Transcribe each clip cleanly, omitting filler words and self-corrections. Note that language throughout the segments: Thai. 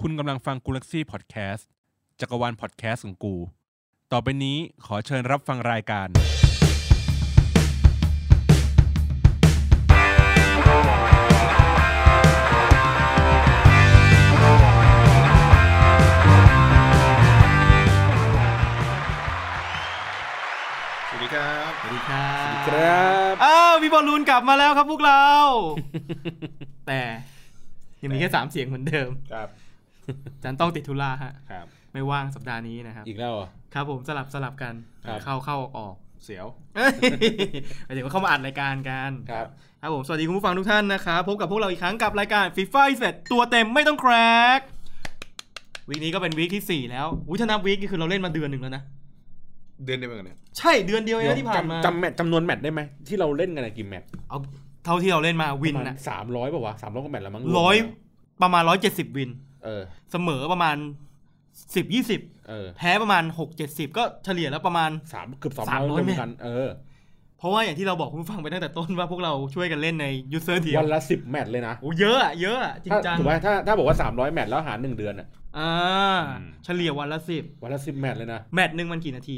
คุณกำลังฟังกูลักซี่พอดแคสต์จักรวาลพอดแคสต์ของกูต่อไปนี้ขอเชิญรับฟังรายการสวัสดีครับสวัสดีครับสวัสดีครับพี่บอลลูนกลับมาแล้วครับพวกเรา แต่ยังมีแค่3เสียงเหมือนเดิมครับจันต้องติดธุระฮะครับไม่ว่างสัปดาห์นี้นะครับอีกแล้วเหรอครับผมสลับกันเข้าออกเสียวหมายถึงว่าเข้ามาอัดรายการกันครับผมสวัสดีคุณผู้ฟังทุกท่านนะครับพบกับพวกเราอีกครั้งกับรายการ FIFA Reset ตัวเต็มไม่ต้องแครกวีคนี้ก็เป็นวีคที่4แล้วถ้านับวีคนี่คือเราเล่นมาเดือนนึงแล้วนะเดือนเดียวกันเนี่ยใช่เดือนเดียวเองที่ผ่านมาจำนวนแมตช์ได้ไหมที่เราเล่นกันกี่แมตช์เอาเท่าที่เราเล่นมาวินนะ300ป่าววะ300กว่าแมตช์แล้วมั้ง 100ประมาณ170วินเสมอประมาณ10-20แพ้ประมาณ6-70ก็เฉลี่ยแล้วประมาณเกือบ200เหมือนกันเพราะว่าอย่างที่เราบอกคุณผู้ฟังไปตั้งแต่ต้นว่าพวกเราช่วยกันเล่นในยูเซอร์เดียววันละ10แมตช์เลยนะเยอะจริงจังถูกมั้ยถ้าบอกว่า300แมตช์แล้วหาร1เดือนเฉลี่ยวันละ10 แมตช์เลยนะแมตช์นึงมันกี่นาที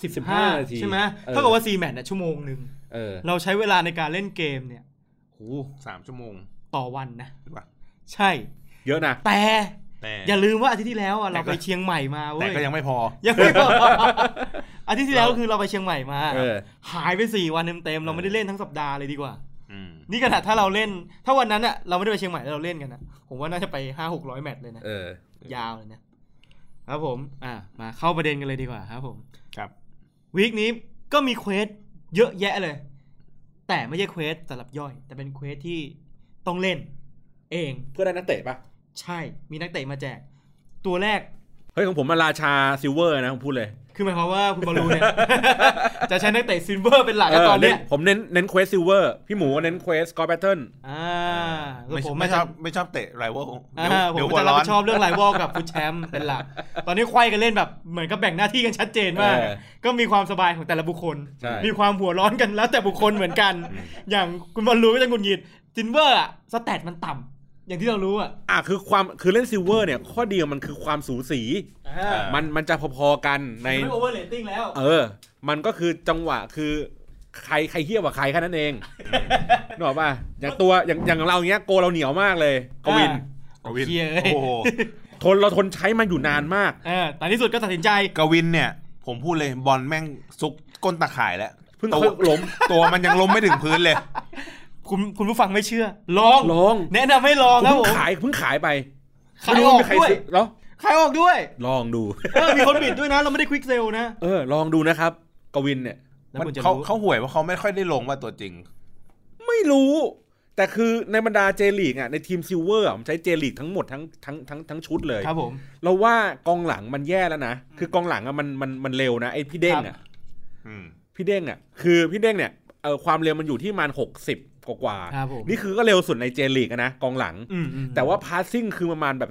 15นาทีใช่มั้ยเท่ากับว่า4แมตช์น่ะชั่วโมงนึงเราใช้เวลาในการเล่นเกมเนี่ย 3ชั่วโมงต่อวันนะใช่เยอะนะแต่อย่าลืมว่าอาทิตย์ที่แล้วเราไปเชียงใหม่มาเว้ยแต่ก็ยังไม่พออาทิตย์ที่แล้วคือเราไปเชียงใหม่มาหายไป4วันเต็มๆเราไม่ได้เล่นทั้งสัปดาห์เลยดีกว่านี่ขนาดถ้าเราเล่นถ้าวันนั้นเราไม่ได้ไปเชียงใหม่แล้วเราเล่นกันนะผมว่าน่าจะไป 500-600 แมตช์เลยนะยาวเลยนะครับผมมาเข้าประเด็นกันเลยดีกว่าครับผมครับวีคนี้ก็มีเควสเยอะแยะเลยแต่ไม่ใช่เควสสำหรับย่อยแต่เป็นเควสที่ต้องเล่นเองเพื่อได้นักเตะป่ะใช่มีนักเตะมาแจกตัวแรกเฮ้ยของผมมาราชาซิลเวอร์นะผมพูดเลยคือหมายความว่าคุณบอลลูนเนี่ย จะใช้นักเตะซิลเวอร์เป็นหลักตอนนี้ผมเน้นเควสซิลเวอร์พี่หมูเน้นเควสสกอร์แบทเทิลผมไม่ชอบเตะไรวัลผมจะรับผิดชอบเรื่องไรวัลกับฟุตแชมป์เป็นหลักตอนนี้ไขว้กันเล่นแบบเหมือนกับแบ่งหน้าที่กันชัดเจนมากก็มีความสบายของแต่ละบุคคลมีความหัวร้อนกันแล้วแต่บุคคลเหมือนกันอย่างคุณบอลลูนก็จะหงุดหงิดซิลเวอร์สแตทมันต่ำอย่างที่เรารู้คือเล่นซิลเวอร์เนี่ยข้อดีมันคือความสูสีมันจะพอๆกันในไม่โอเวอร์เรตติ้งแล้วมันก็คือจังหวะคือใครเหี้ยกว่าใครแค่นั้นเองนึกออกป่ะอย่างเราเงี้ยโกเราเหนียวมากเลยกวินโอ้โหเราทนใช้มันอยู่นานมากแต่ที่สุดก็ตัดสินใจกวินเนี่ยผมพูดเลยบอลแม่งซุกก้นตะข่ายแล้วเพิ่งล้มตัวมันยังล้มไม่ถึงพื้นเลยคุณผู้ฟังไม่เชื่อลองแนะนำให้ลองครับผมเพิ่งขายไปขายออกด้วยแล้วขายออกด้วยลองดูมีคนบิดด้วยนะเราไม่ได้ควิกเซลนะลองดูนะครับกวินเนี่ยเขาห่วยว่าเขาไม่ค่อยได้ลงว่าตัวจริงไม่รู้แต่คือในบรรดาเจลีกในทีมซิลเวอร์ผมใช้เจลีกทั้งหมดทั้งชุดเลยครับผมเราว่ากองหลังมันแย่แล้วนะคือกองหลังมันเร็วนะไอ้พี่เด้งพี่เด้งคือพี่เด้งเนี่ยความเร็วมันอยู่ที่ประมาณ60กว่านี่คือก็เร็วสุดในเจลีกนะกองหลังแต่ว่าพาสซิ่งคือประมาณแบบ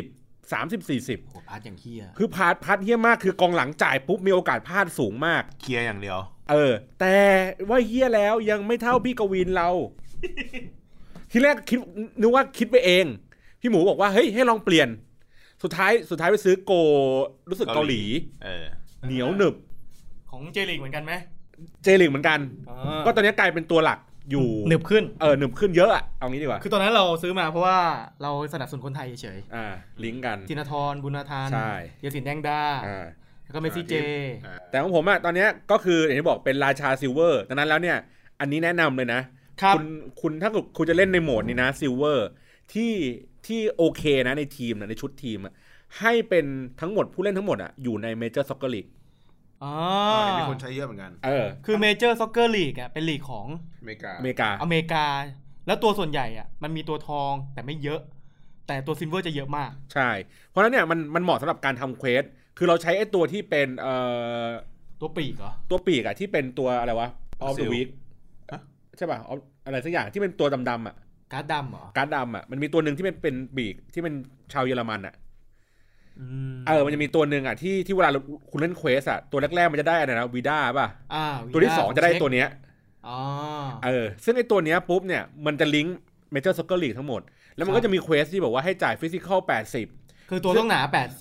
30-40 โหพาสอย่างเหี้ยคือพาสเหี้ยมากคือกองหลังจ่ายปุ๊บมีโอกาสพลาดสูงมากเคลียร์อย่างเดียวแต่ว่าเหี้ยแล้วยังไม่เท่าพี่กวินเรา ทีแรกนึกว่าคิดไปเองพี่หมูบอกว่าเฮ้ยให้ลองเปลี่ยนสุดท้ายไปซื้อโกรู้สึกเกาหลีเหนียวหนึบของเจลีกเหมือนกันไหมเจลีกเหมือนกันก็ตอนนี้กลายเป็นตัวหลักอยู่หนึบขึ้นหนึบขึ้นเยอะเอางี้ดีกว่าคือตอนนั้นเราซื้อมาเพราะว่าเราสนับสนุนคนไทยเฉยลิงก์กันธินทรบุญนาธานเยสินแดงดาแล้วก็เมสซี่เจแต่ของผมตอนนี้ก็คืออย่างที่บอกเป็นราชาซิลเวอร์ดังนั้นแล้วเนี่ยอันนี้แนะนำเลยนะคุณถ้าคุณจะเล่นในโหมดนี้นะซิลเวอร์ที่โอเคนะในทีมในชุดทีมให้เป็นทั้งหมดผู้เล่นทั้งหมดอยู่ในเมเจอร์ซ็อกเกอร์ลีกมีคนใช้เยอะเหมือนกันคือเมเจอร์ซ็อกเกอร์ลีกเป็นลีกของอเมริกาแล้วตัวส่วนใหญ่มันมีตัวทองแต่ไม่เยอะแต่ตัวซิลเวอร์จะเยอะมากใช่เพราะฉะนั้นเนี่ยมันเหมาะสำหรับการทำเควสคือเราใช้ไอ้ตัวที่เป็นตัวปีกเหรอตัวปีกที่เป็นตัวอะไรวะออฟเดอะวีคใช่ป่ะอะไรสักอย่างที่เป็นตัวดำการ์ดดำเหรอการ์ดดำมันมีตัวหนึ่งที่เป็นปีกที่เป็นชาวเยอรมันมันจะมีตัวหนึ่งที่เวลาคุณเล่นเควสตัวแรกๆมันจะได้อะไรนะวีด้าป่ะตัวที่2จะได้ตัวเนี้ยซึ่งไอ้ตัวเนี้ยปุ๊บเนี่ยมันจะลิงก์เมเจอร์ซ็อกเกอร์ลีกทั้งหมดแล้วมันก็จะมีเควสที่บอกว่าให้จ่ายฟิสิคอล80 คือตัวต้องหนา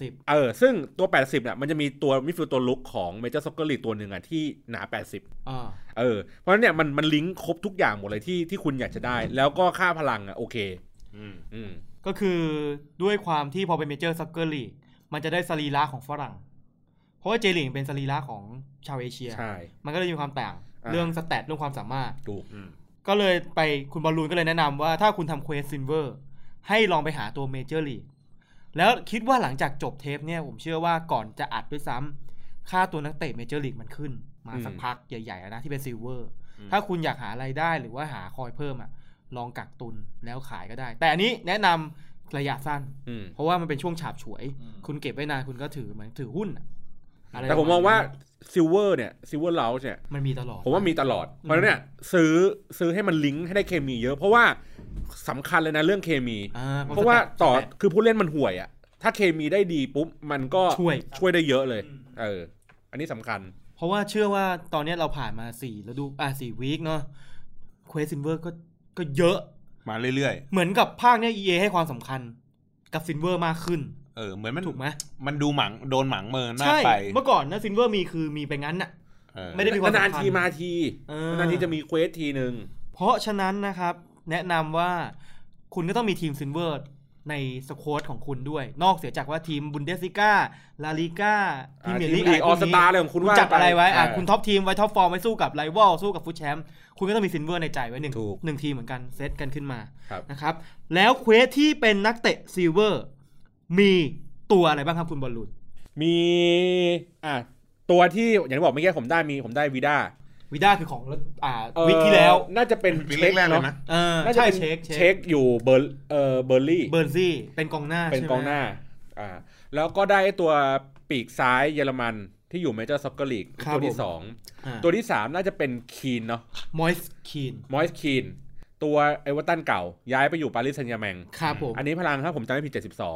80 ซึ่งตัว80เนี่ยมันจะมีตัวมิดฟิลด์ตัวลุกของเมเจอร์ซ็อกเกอร์ลีกตัวนึงอ่ะที่หนา80เพราะฉะนั้นเนี่ยมันลิงก์ครบทุกอย่างหมดเลยที่คุณอยากจะได้แล้วก็ค่าพลังอ่ะโอเคก็คือด้วยความที่พอเป็นเมเจอร์ซ็อกเกอร์ลีกมันจะได้สรีระของฝรั่งเพราะว่าเจลีกเป็นสรีระของชาวเอเชียมันก็เลยมีความต่างเรื่องสแตทเรื่องความสามารถถูกก็เลยไปคุณบอลลูนก็เลยแนะนำว่าถ้าคุณทำเควสซิลเวอร์ให้ลองไปหาตัวเมเจอร์ลีกแล้วคิดว่าหลังจากจบเทปเนี่ยผมเชื่อว่าก่อนจะอัดด้วยซ้ำค่าตัวนักเตะเมเจอร์ลีกมันขึ้นมาสักพักใหญ่ๆนะที่เป็นซิลเวอร์ถ้าคุณอยากหารายได้หรือว่าหาคอยเพิ่มอ่ะลองกักตุนแล้วขายก็ได้แต่อันนี้แนะนำระยะสั้นเพราะว่ามันเป็นช่วงฉาบฉวยคุณเก็บไว้นานคุณก็ถือเหมือนถือหุ้นแต่ผมมองว่าซิลเวอร์เนี่ยซิลเวอร์เลาส์เนี่ยมันมีตลอดผมว่ามีตลอดเพราะฉะนั้นเนี่ยซื้อให้มันลิงก์ให้ได้เคมีเยอะเพราะว่าสำคัญเลยนะเรื่องเคมีเพราะว่าต่อคือผู้เล่นมันห่วยอ่ะถ้าเคมีได้ดีปุ๊บมันก็ช่วยได้เยอะเลยอันนี้สำคัญเพราะว่าเชื่อว่าตอนนี้เราผ่านมา4ฤดู4วีคเนาะเควสซิลเวอร์ก็เยอะมาเรื่อยๆเหมือนกับภาคเนี้ย EA ให้ความสำคัญกับซิลเวอร์มากขึ้นเหมือนมันถูกไหมมันดูหมังโดนหมังเมินมากไปเมื่อก่อนนะซิลเวอร์มีไปงั้นน่ะไม่ได้มีความนานทีมาทีนานทีจะมีเควสทีนึงเพราะฉะนั้นนะครับแนะนำว่าคุณก็ต้องมีทีมซิลเวอร์ในสควอตของคุณด้วยนอกเสียจากว่าทีมบุนเดสลิก้าลาลิก้าพรีเมียร์ลีกออสตาอะไรของคุณว่าจัดอะไรไว้คุณท็อปทีมไว้ท็อปฟอร์มไว้สู้กับไรวัลสู้กับฟุตแชมป์คุณก็ต้องมีซิลเวอร์ในใจไว้1ทีมเหมือนกันเซตกันขึ้นมานะครับแล้วเควสที่เป็นนักเตะซิลเวอร์มีตัวอะไรบ้างครับคุณบอลลูนมีตัวที่อย่างที่บอกเมื่อกี้ผมได้วีด้าคือของวิกที่แล้วน่าจะเป็นเช็คเนาะน่าจะเป็นเช็คอยู่เบอร์ลี่เป็นกองหน้าเป็นกองหน้าแล้วก็ได้ตัวปีกซ้ายเยอรมันที่อยู่เมเจอร์ซ็อกเกอร์ลีกตัวที่2ตัวที่3น่าจะเป็นคีนเนาะมอยส์คีนตัวเอเวอร์ตันเก่าย้ายไปอยู่ปารีสแซงต์แชร์แมงครับผมอันนี้พลังครับผมจำไม่ผิด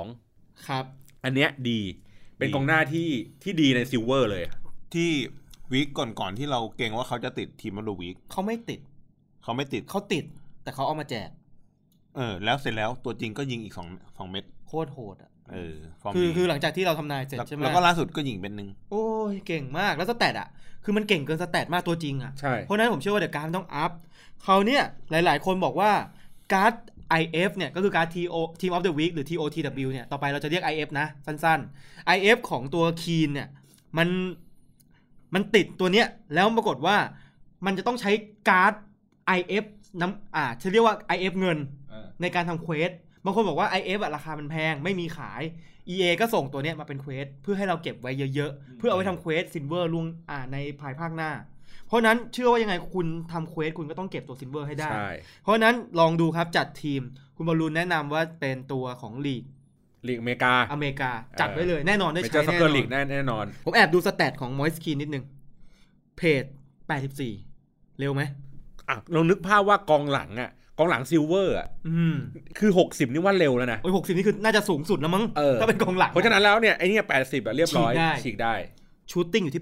72 ครับอันเนี้ยดีเป็นกองหน้าที่ดีในซิลเวอร์เลยที่วีคก่อนที่เราเก่งว่าเขาจะติดทีมออฟเดอะวีคเขาไม่ติดเขาติดแต่เขาเอามาแจกแล้วเสร็จแล้วตัวจริงก็ยิงอีก2เม็ดโคตรโหดคือหลังจากที่เราทำนายเสร็จใช่ไหมแล้วก็ล่าสุดก็ยิงเป็นนึงโอ้ยเก่งมากแล้วสแตทคือมันเก่งเกินสแตทมากตัวจริงใช่เพราะนั้นผมเชื่อว่าเดี๋ยวการต้องอัพเขาเนี่ยหลายๆคนบอกว่าการ์ด IF เนี่ยก็คือการ์ด Team of the Week หรือ TOTW เนี่ยต่อไปเราจะเรียก IF นะสั้นๆ IF ของตัวคีนเนี่ยมันติดตัวเนี้ยแล้วปรากฏว่ามันจะต้องใช้การ์ด IF จะเรียกว่า IF เงินในการทำเควสบางคนบอกว่า IF ราคามันแพงไม่มีขาย EA ก็ส่งตัวเนี้ยมาเป็นเควสเพื่อให้เราเก็บไว้เยอะๆเพื่อเอาไว้ทำเควสซิลเวอร์ล่วงในภาคหน้าเพราะนั้นเชื่อว่ายังไงคุณทำเควสคุณก็ต้องเก็บตัวซิลเวอร์ให้ได้เพราะนั้นลองดูครับจัดทีมคุณบอลลูนแนะนำว่าเป็นตัวของลีกอเมริกาจัดไว้เลยแน่นอนได้ใช้แน่นอนแน่นอนผมแอบดูสแตทของมอยส์คีนนิดนึงเพจ84เร็วไหมเรานึกภาพว่ากองหลังซิลเวอร์คือ60นี่ว่าเร็วแล้วนะ 60นี่คือน่าจะสูงสุดแล้วมั้งถ้าเป็นกองหลังเพราะฉะนั้นแล้วเนี่ยไอ้นี่80เรียบร้อยฉีกได้ชูตติ้งอยู่ที่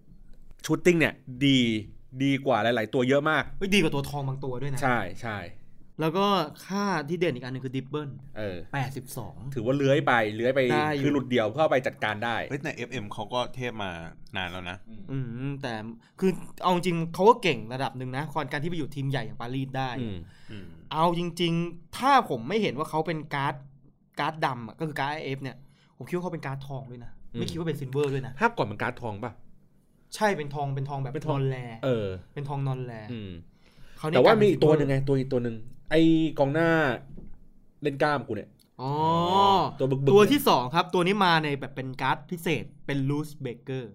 80 ชูตติ้งเนี่ยดีกว่าหลายๆตัวเยอะมากดีกว่าตัวทองบางตัวด้วยนะใช่แล้วก็ค่าที่เด่นอีกอันนึงคือดิบเบิล82 ถือว่าเลื้อยไปคือหลุดเดี่ยวเข้าไปจัดการได้ใน FM เขาก็เทพมานานแล้วนะแต่คือเอาจริงเขาก็เก่งระดับนึงนะการที่ไปอยู่ทีมใหญ่อย่างปารีสได้เอาจริงๆถ้าผมไม่เห็นว่าเขาเป็นการ์ดดำก็คือการ์ด IF เนี่ยผมคิดว่าเขาเป็นการ์ดทองด้วยนะไม่คิดว่าเป็นซิลเวอร์ด้วยนะภาพก่อนเป็นการ์ดทองป่ะใช่เป็นทองแบบเป็นนอนแลเป็นทองนอนแลแต่ว่ามีอีกตัวนึงไงตัวนึงไอ้กองหน้าเล่นกล้ามกูเนี่ยตัวที่2ครับตัวนี้มาในแบบเป็นการ์ดพิเศษเป็นรูสเบเกอร์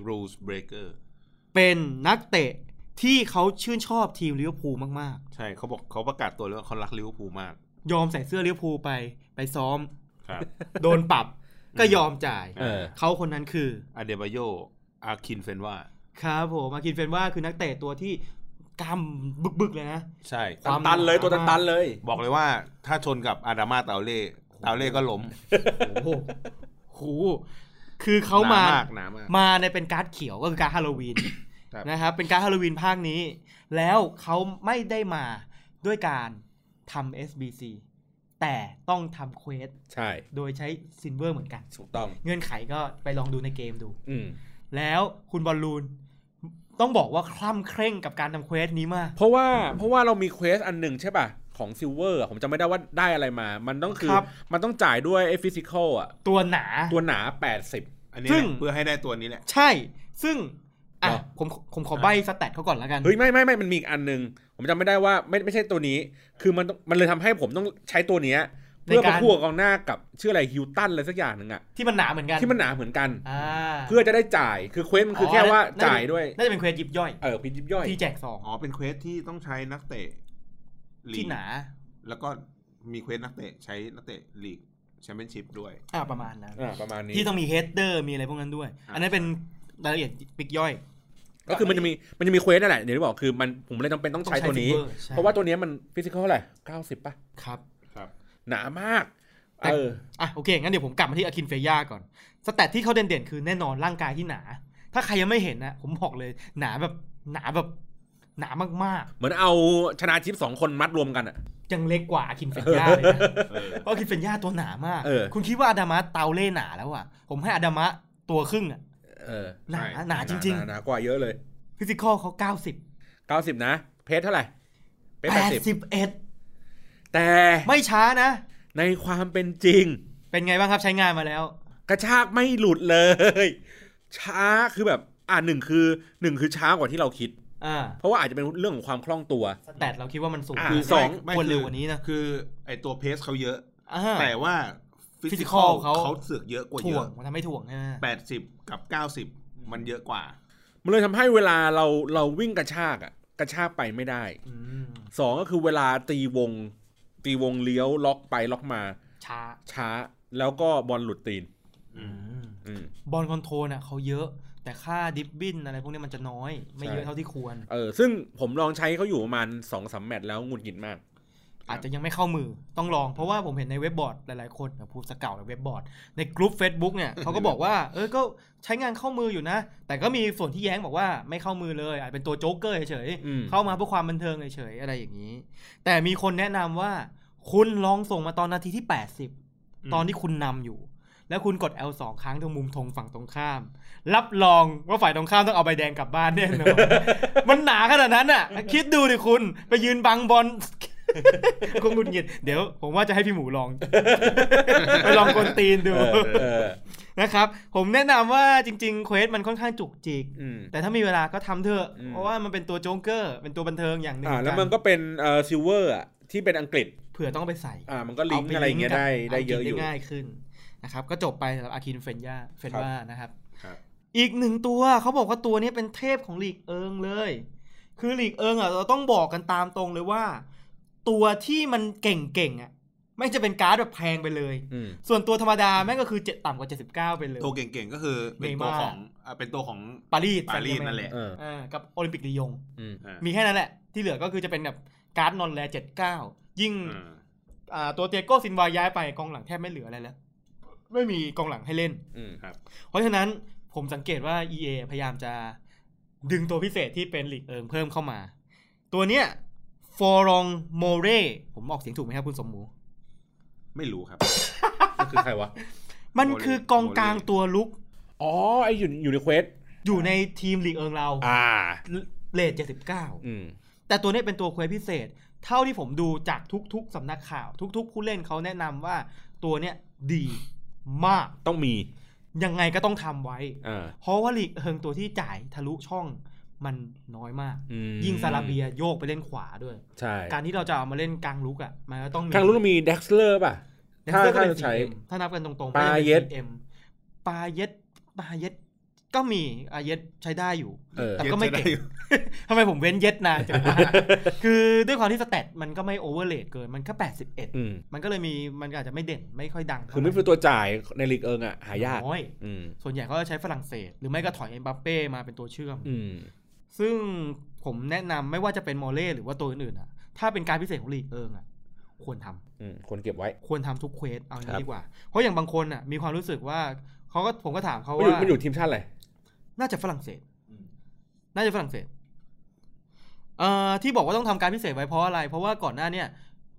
เป็นนักเตะที่เขาชื่นชอบทีมลิเวอร์พูลมากๆใช่เขาบอกเขาประกาศตัวเลยว่าเขารักลิเวอร์พูลมากยอมใส่เสื้อลิเวอร์พูลไปซ้อมโดนปรับก็ยอมจ่ายเขาคนนั้นคืออเดบาโยอาคินเฟนวาครับผมอาคินเฟนวาคือนักเตะตัวที่กล้ามบึกๆเลยนะใช่ความตันเลยตัวตันเลยบอกเลยว่าถ้าชนกับอาดามาเตาเล่ก็ล้มโหคือเขามาในเป็นการ์ดเขียวก็คือการ์ดฮาโลวีนนะครับเป็นการ์ดฮาโลวีนภาคนี้แล้วเขาไม่ได้มาด้วยการทำ SBC แต่ต้องทำเควสใช่โดยใช้ซิลเวอร์เหมือนกันถูกต้องเงื่อนไขก็ไปลองดูในเกมดูแล้วคุณบอลลูนต้องบอกว่าคล่ำเคร่งกับการทำเควสนี้มากเพราะว่าเรามีเควสอันหนึ่งใช่ป่ะของซิลเวอร์ผมจำไม่ได้ว่าได้อะไรมามันต้องคือมันต้องจ่ายด้วยไอ้ฟิสิคอลอ่ะตัวหนา 80 อันนี้เพื่อให้ได้ตัวนี้แหละใช่ซึ่งผมขอใบสแตทเขาก่อนแล้วกันเฮ้ยไม่มันมีอีกอันนึงผมจำไม่ได้ว่าไม่ใช่ตัวนี้คือมันเลยทำให้ผมต้องใช้ตัวเนี้ยเพื่อประคู่กองหน้ากับชื่ออะไรฮิวตันอะไรสักอย่างนึงอ่ะที่มันหนาเหมือนกันเพื่อจะได้จ่ายคือเควสมันคือแค่ว่าจ่ายด้วยน่าจะเป็นเควสยิบย่อยเควสยิบย่อยที่แจกซองเป็นเควสที่ต้องใช้นักเตะที่หนาแล้วก็มีเควสนักเตะใช้นักเตะลีกแชมเปี้ยนชิพด้วยประมาณนั้นประมาณนี้ที่ต้องมีเฮดเดอร์มีอะไรพวกนั้นด้วยอันนั้นเป็นรายละเอียดปิกย่อยก็คือมันจะมีเควสนั่นแหละอย่างที่บอกคือผมเลยจำเป็นต้องใช้ตัวนี้เพราะว่าตัวนี้มันฟิสิคอลเท่าไหร่90ป่ะครับหนามากโอเคงั้นเดี๋ยวผมกลับมาที่อาคินเฟย่าก่อนสแตทที่เขาเด่นๆคือแน่นอนร่างกายที่หนาถ้าใครยังไม่เห็นนะผมบอกเลยหนาแบบเหมือนเอาชนะชิป2คนมัดรวมกันอ่ะยังเล็กกว่าอาคินเฟย่าเลยนะเพราะอาคินเฟย่าตัวหนามากคุณคิดว่าอาดามะเตาเล่หนาแล้วอ่ะผมให้อาดามะตัวครึ่งอ่ะหนาจริงๆหนากว่าเยอะเลยฟิสิคอลเขา 90นะเพจเท่าไหร่เพจ81 แต่ไม่ช้านะในความเป็นจริงเป็นไงบ้างครับใช้งานมาแล้วกระชากไม่หลุดเลยช้าคือแบบหนึ่งคือช้ากว่าที่เราคิดเพราะว่าอาจจะเป็นเรื่องของความคล่องตัวสแตทเราคิดว่ามันสูงคือ 2ควรเร็วกว่านี้นะคือไอตัวเพสเขาเยอะแต่ว่าฟิสิคอลเขาเสือกเยอะกว่าเยอะมันทำให้ถ่วง 80กับ90มันเยอะกว่ามันเลยทำให้เวลาเราวิ่งกระชากไปไม่ได้2ก็คือเวลาตีวงเลี้ยวล็อกไปล็อกมาช้าแล้วก็บอลหลุดตีนบอลคอนโทรลเขาเยอะแต่ค่าดิฟบินอะไรพวกนี้มันจะน้อยไม่เยอะเท่าที่ควรซึ่งผมลองใช้เขาอยู่ประมาณ 2-3 แมตช์แล้วหงุดหงิดมากอาจจะยังไม่เข้ามือต้องลองเพราะว่าผมเห็นในเว็บบอร์ดหลายๆคนพูดสเกาต์ในเว็บบอร์ดในกลุ่ม Facebook เนี่ยเขาก็บอกว่าก็ใช้งานเข้ามืออยู่นะแต่ก็มีส่วนที่แย้งบอกว่าไม่เข้ามือเลยอาจเป็นตัวโจ๊กเกอร์เฉยๆเข้ามาเพื่อความบันเทิงเฉยๆอะไรอย่างนี้แต่มีคนแนะนำว่าคุณลองส่งมาตอนนาทีที่80ตอนที่คุณนำอยู่แล้วคุณกด L2 ครั้งตรงมุมธงฝั่งตรงข้ามรับรองว่าฝ่ายตรงข้ามต้องเอาใบแดงกลับบ้านแน่นอนมันหนาขนาดนั้นอ่ะคิดดูดิคุณไปยืนบังบอลคงหงุดหงิดเดี๋ยวผมว่าจะให้พี่หมูลองไปลองกวนตีนดูนะครับผมแนะนำว่าจริงๆเควสมันค่อนข้างจุกจิกแต่ถ้ามีเวลาก็ทำเถอะเพราะว่ามันเป็นตัวโจ๊กเกอร์เป็นตัวบันเทิงอย่างนึงแล้วมันก็เป็นซิลเวอร์ที่เป็นอังกฤษเผื่อต้องไปใส่มันก็ลิงก์อะไรเงี้ยได้เยอะอยู่ง่ายขึ้นนะครับก็จบไปสำหรับอาคินเฟนว่านะครับอีกหนึ่งตัวเขาบอกว่าตัวนี้เป็นเทพของลีกเอิงเลยคือลีกเอิงเราต้องบอกกันตามตรงเลยว่าตัวที่มันเก่งไม่จะเป็นการ์ดแบบแพงไปเลยส่วนตัวธรรมดาแม่งก็คือต่ำกว่า79ไปเลยตัวเก่งๆก็คือเป็นตัวของปารีสนั่นแหละกับโอลิมปิกลียงมีแค่นั้นแหละที่เหลือก็คือจะเป็นแบบการ์ดนอนแล79ยิ่งตัวเตียโก้ซินวาย้ายไปกองหลังแทบไม่เหลืออะไรแล้วไม่มีกองหลังให้เล่นเพราะฉะนั้นผมสังเกตว่า EA พยายามจะดึงตัวพิเศษที่เป็นลีกเอิงเพิ่มเข้ามาตัวเนี้ยฟอรองโมเร่ผมออกเสียงถูกไหมครับคุณสมหมูไม่รู้ครับมันคือใครวะมันคือกองกลางตัวลุกไออยู่ในเควสอยู่ในทีมลีกเอิงเราเรท79แต่ตัวนี้เป็นตัวเควสพิเศษเท่าที่ผมดูจากทุกๆสำนักข่าวทุกๆผู้เล่นเขาแนะนำว่าตัวเนี้ยดีมากต้องมียังไงก็ต้องทำไว้เพราะว่าลีกเอิงตัวที่จ่ายทะลุช่องมันน้อยมากยิ่งซาลาเบียโยกไปเล่นขวาด้วยใช่การที่เราจะเอามาเล่นกลางลุกมันก็ต้องกลางลุกมีเด็กซ์เลอร์ป่ะถ้าใช้ถ้านับกันตรงๆปาเย็ดก็มีเย็ดใช้ได้อยู่แต่ก็ไม่เก่งทำไมผมเว้นเย็ดนานจังคือด้วยความที่สแตทมันก็ไม่โอเวอร์เรทเกินมันก็81มันก็เลยมีมันอาจจะไม่เด่นไม่ค่อยดังคือไม่เป็นตัวจ่ายในลีกเอิงหายากน้อยส่วนใหญ่เขาจะใช้ฝรั่งเศสหรือไม่ก็ถอยเอ็มบัปเป้มาเป็นตัวเชื่อมซึ่งผมแนะนำไม่ว่าจะเป็นมอเล่หรือว่าตัวอื่นๆถ้าเป็นการพิเศษของลีกเอิงควรทำควรเก็บไว้ควรทำทุกเควสเอางี้ดีกว่าเพราะอย่างบางคนมีความรู้สึกว่าผมก็ถามเขาว่ามันอยู่ทีมชาติอะไรน่าจะฝรั่งเศสที่บอกว่าต้องทำการพิเศษไว้เพราะอะไรเพราะว่าก่อนหน้าเนี่ย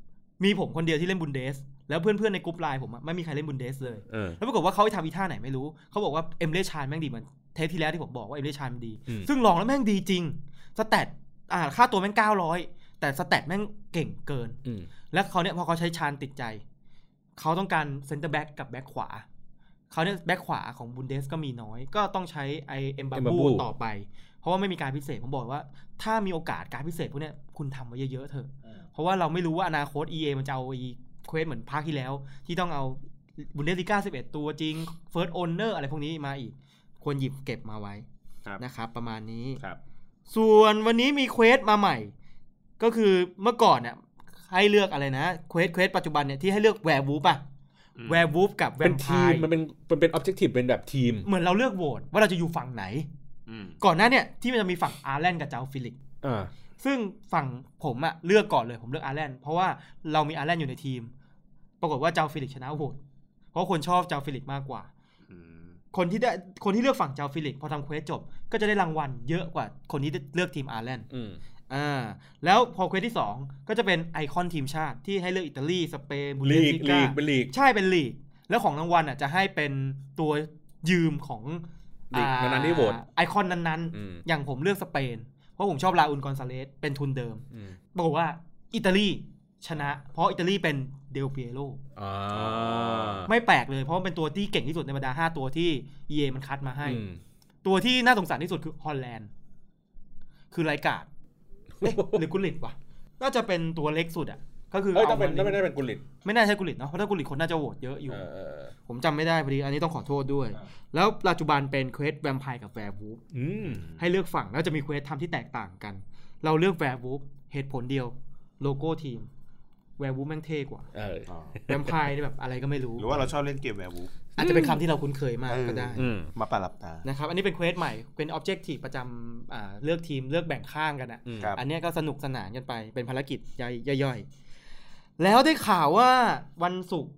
มีผมคนเดียวที่เล่นบุนเดสแล้วเพื่อนๆในกลุ่มไลน์ผมไม่มีใครเล่นบุนเดสเลยแล้วปรากฏว่าเขาทำอีท่าไหนไม่รู้เขาบอกว่าเอมเล่ชานแม่งดีเหมือนเทปที่แล้วที่ผมบอกว่าเอมเล่ชานมันดีซึ่งลองแล้วแม่งดีจริงสแตทค่าตัวแม่ง900แต่สแตทแม่งเก่งเกินแล้วเขาเนี่ยพอเขาใช้ชานติดใจเขาต้องการเซ็นเตอร์แบ็กกับแบ็กขวาเขาเนี่ยแบ็กขวาของบุนเดสก็มีน้อยก็ต้องใช้ไอเอ็มบาบูต่อไปเพราะว่าไม่มีการพิเศษผมบอกว่าถ้ามีโอกาสการพิเศษพวกนี้คุณทำไว้เยอะๆเถอะเพราะว่าเราไม่รู้ว่าอนาคต EA มันจะเอาเควสเหมือนภาคที่แล้วที่ต้องเอาบุนเดสลิก้า11ตัวจริง First Owner อะไรพวกนี้มาอีกควรหยิบเก็บมาไว้นะครับประมาณนี้ส่วนวันนี้มีเควสมาใหม่ก็คือเมื่อก่อนเนี่ยให้เลือกอะไรนะเควสปัจจุบันเนี่ยที่ให้เลือกแวร์วูฟแวร์วูฟกับแวมไพร์มันเป็นออบเจกตีฟเป็นแบบทีมเหมือนเราเลือกโหวตว่าเราจะอยู่ฝั่งไหนก่อนหน้าเนี่ยที่มันจะมีฝั่งอาร์แลนด์กับเจ้าฟิลิกซึ่งฝั่งผมอะเลือกก่อนเลยผมเลือกอาร์แลนด์เพราะว่าเรามีอาร์แลนด์อยู่ในทีมปรากฏว่าเจ้าฟิลิกชนะโหวตเพราะคนชอบเจ้าฟิลิกมากกว่าคนที่เลือกฝั่งเจ้าฟิลิกพอทำเควสจบก็จะได้รางวัลเยอะกว่าคนที่เลือกทีมอาร์แลนด์แล้วพอเควสที่2ก็จะเป็นไอคอนทีมชาติที่ให้เลือกอิตาลีสเปนบุลเดสกาเป็นลีกใช่เป็นลีกแล้วของรางวัลอ่ะจะให้เป็นตัวยืมของนั้นที่โหวตไอคอนนั้นๆอย่างผมเลือกสเปนเพราะผมชอบลาอุนกอนซาเลสเป็นทุนเดิมบอกว่าอิตาลีชนะเพราะอิตาลีเป็นเดลเปียโรไม่แปลกเลยเพราะเป็นตัวที่เก่งที่สุดในบรรดา5ตัวที่ EA มันคัดมาให้ตัวที่น่าสงสารที่สุดคือฮอลแลนด์คือไรการ์ดหรือกุลิตวะน่าจะเป็นตัวเล็กสุดอ่ะก็คือต้องเป็นไม่ได้เป็นกุลิตไม่น่าใช่กุลิตเนาะเพราะถ้ากุลิตคนน่าจะโหวตเยอะอยู่ผมจำไม่ได้พอดีอันนี้ต้องขอโทษด้วยแล้วปัจจุบันเป็นเควสแวมไพร์กับแวร์วูฟให้เลือกฝั่งแล้วจะมีเควสทำที่แตกต่างกันเราเลือกแวร์วูฟเหตุผลเดียวโลโก้ทีมแวร์วูฟแม่งเท่กว่าแวมไพร์แบบอะไรก็ไม่รู้หรือว่าเราชอบเล่นเกมแวร์วูฟอาจจะเป็นคำที่เราคุ้นเคยมากก็ได้มาปะหลับตานะครับอันนี้เป็นเควสใหม่เป็น objective ประจำเลือกทีมเลือกแบ่งข้างกันอ่ะอันนี้ก็สนุกสนานกันไปเป็นภารกิจย่อยๆแล้วได้ข่าวว่าวันศุกร์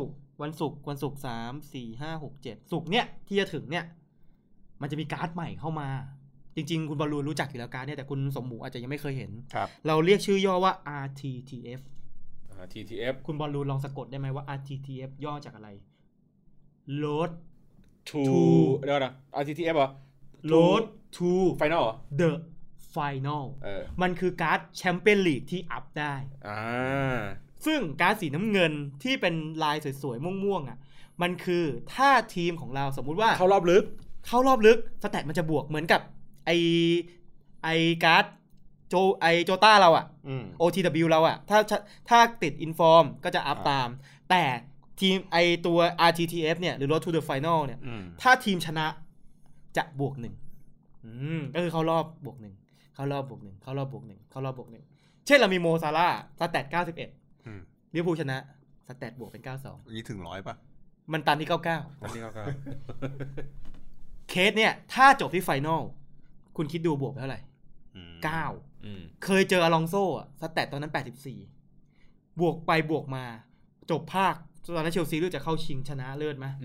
3 4 5 6 7ศุกร์เนี่ยที่จะถึงเนี่ยมันจะมีการ์ดใหม่เข้ามาจริงๆคุณบอลลูนรู้จักอยู่แล้วการ์ดเนี่ยแต่คุณสมหมูอาจจะยังไม่เคยเห็นเราเรียกชื่อย่อว่า RTTF คุณบอลลูนลองสะกดได้ไหมว่า RTTF ย่อจากอะไรRoad to เดี๋ยวนะ RTTF เหรอ Road to Final เหรอ The Final มันคือการ์ดแชมเปี้ยนลีกที่อัพได้ซึ่งการ์ดสีน้ำเงินที่เป็นลายสวยๆม่วงๆอ่ะมันคือถ้าทีมของเราสมมุติว่าเข้ารอบลึกสแตทมันจะบวกเหมือนกับไอการ์ดโจต้าเราอ่ะOTW เราอ่ะถ้าติดอินฟอร์มก็จะอัพตามแต่ทีมไอตัว RTTF เนี่ยหรือ Road to the Final เนี่ยถ้าทีมชนะจะบวก1ก็คือเข้ารอบบวก1เข้ารอบบวก1เข้ารอบบวก1เข้ารอบบวก1เช่นเรามีโมซาร่าสแตท91ลิเวอร์พูลชนะสแตทบวกเป็น92 นี่ถึง100ป่ะมันตันที่99เคสเนี่ยถ้าจบที่ไฟนอลคุณคิดดูบวกเท่าไหร่9เคยเจออลองโซ่อะสแตทตอนนั้น84บวกไปบวกมาจบภาคตอนนั้นเชลซีรู้จะเข้าชิงชนะเลิศไหม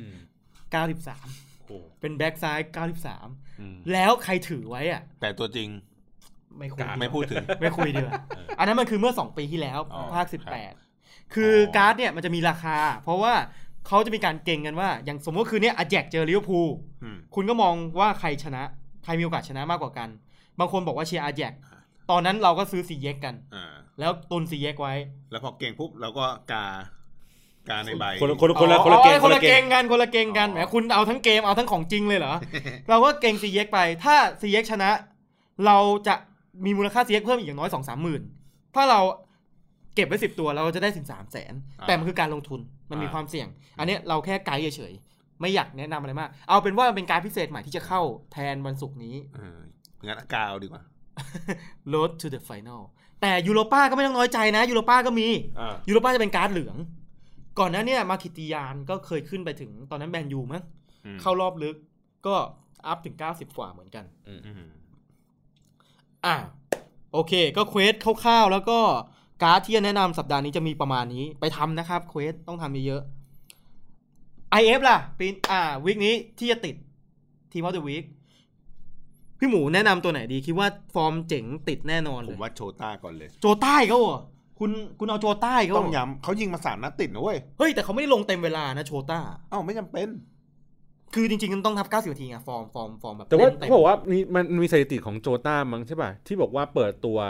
93เป็นแบ็กซ้าย93แล้วใครถือไว้อ่ะแต่ตัวจริงไม่พูดถึงไม่คุยดีกว่าอันนั้นมันคือเมื่อ2ปีที่แล้วภาค18คือการ์ดเนี่ยมันจะมีราคาเพราะว่าเขาจะมีการเก่งกันว่าอย่างสมมติคือเนี่ยอาแจกเจอลิเวอร์พูลคุณก็มองว่าใครชนะใครมีโอกาสชนะมากกว่ากันบางคนบอกว่าเชียร์อาแจกตอนนั้นเราก็ซื้อซีเย็กกันแล้วตุนซีเย็กไว้แล้วพอเก่งปุ๊บเราก็กาในใบคนละเก่งกันแหมคุณเอาทั้งเกมเอาทั้งของจริงเลยเหรอ เราก็เก่งซีเย็กไปถ้าซีเย็กชนะเราจะมีมูลค่าซีเย็กเพิ่มอีกอย่างน้อย 2-3 หมื่นถ้าเราเก็บไว้10ตัวเราจะได้ถึง 300,000 แต่มันคือการลงทุนมันมีความเสี่ยงอันนี้เราแค่ไกด์เฉยๆไม่อยากแนะนำอะไรมากเอาเป็นว่าเป็นการพิเศษใหม่ที่จะเข้าแทนวันศุกร์นี้งั้นกาวดีกว่า Road to the Final แต่ยูโรป้าก็ไม่ต้องน้อยใจนะยูโรป้าก็มียูโรป้าจะเป็นการ์ดเหลืองก่อนหน้าเนี่ยมาคิติยานก็เคยขึ้นไปถึงตอนนั้นแมนยูมั้งเข้ารอบลึกก็อัพถึง90กว่าเหมือนกันโอเคก็เควสคร่าวๆแล้วก็การ์ดที่จะแนะนำสัปดาห์นี้จะมีประมาณนี้ไปทำนะครับเควสต้องทำเยอะๆ IF ล่ะปีวีคนี้ที่จะติดทีมออฟเดอะวีคพี่หมูแนะนำตัวไหนดีคิดว่าฟอร์มเจ๋งติดแน่นอนเลยผมว่าโชต้าก่อนเลยโจต้าก็คุณเอาโจต้าเขาต้องย้ำเขายิงมา3 นัดติดนะเว้ยเฮ้ยแต่เขาไม่ได้ลงเต็มเวลานะโจต้าไม่จำเป็นคือจริงๆมันต้องทับ90 นาทีไงฟอร์มแบบแต่ว่าเขาบอกว่ามันมีสถิติของโจต้ามั้งใช่ป่ะที่บอกว่าเปิดตัว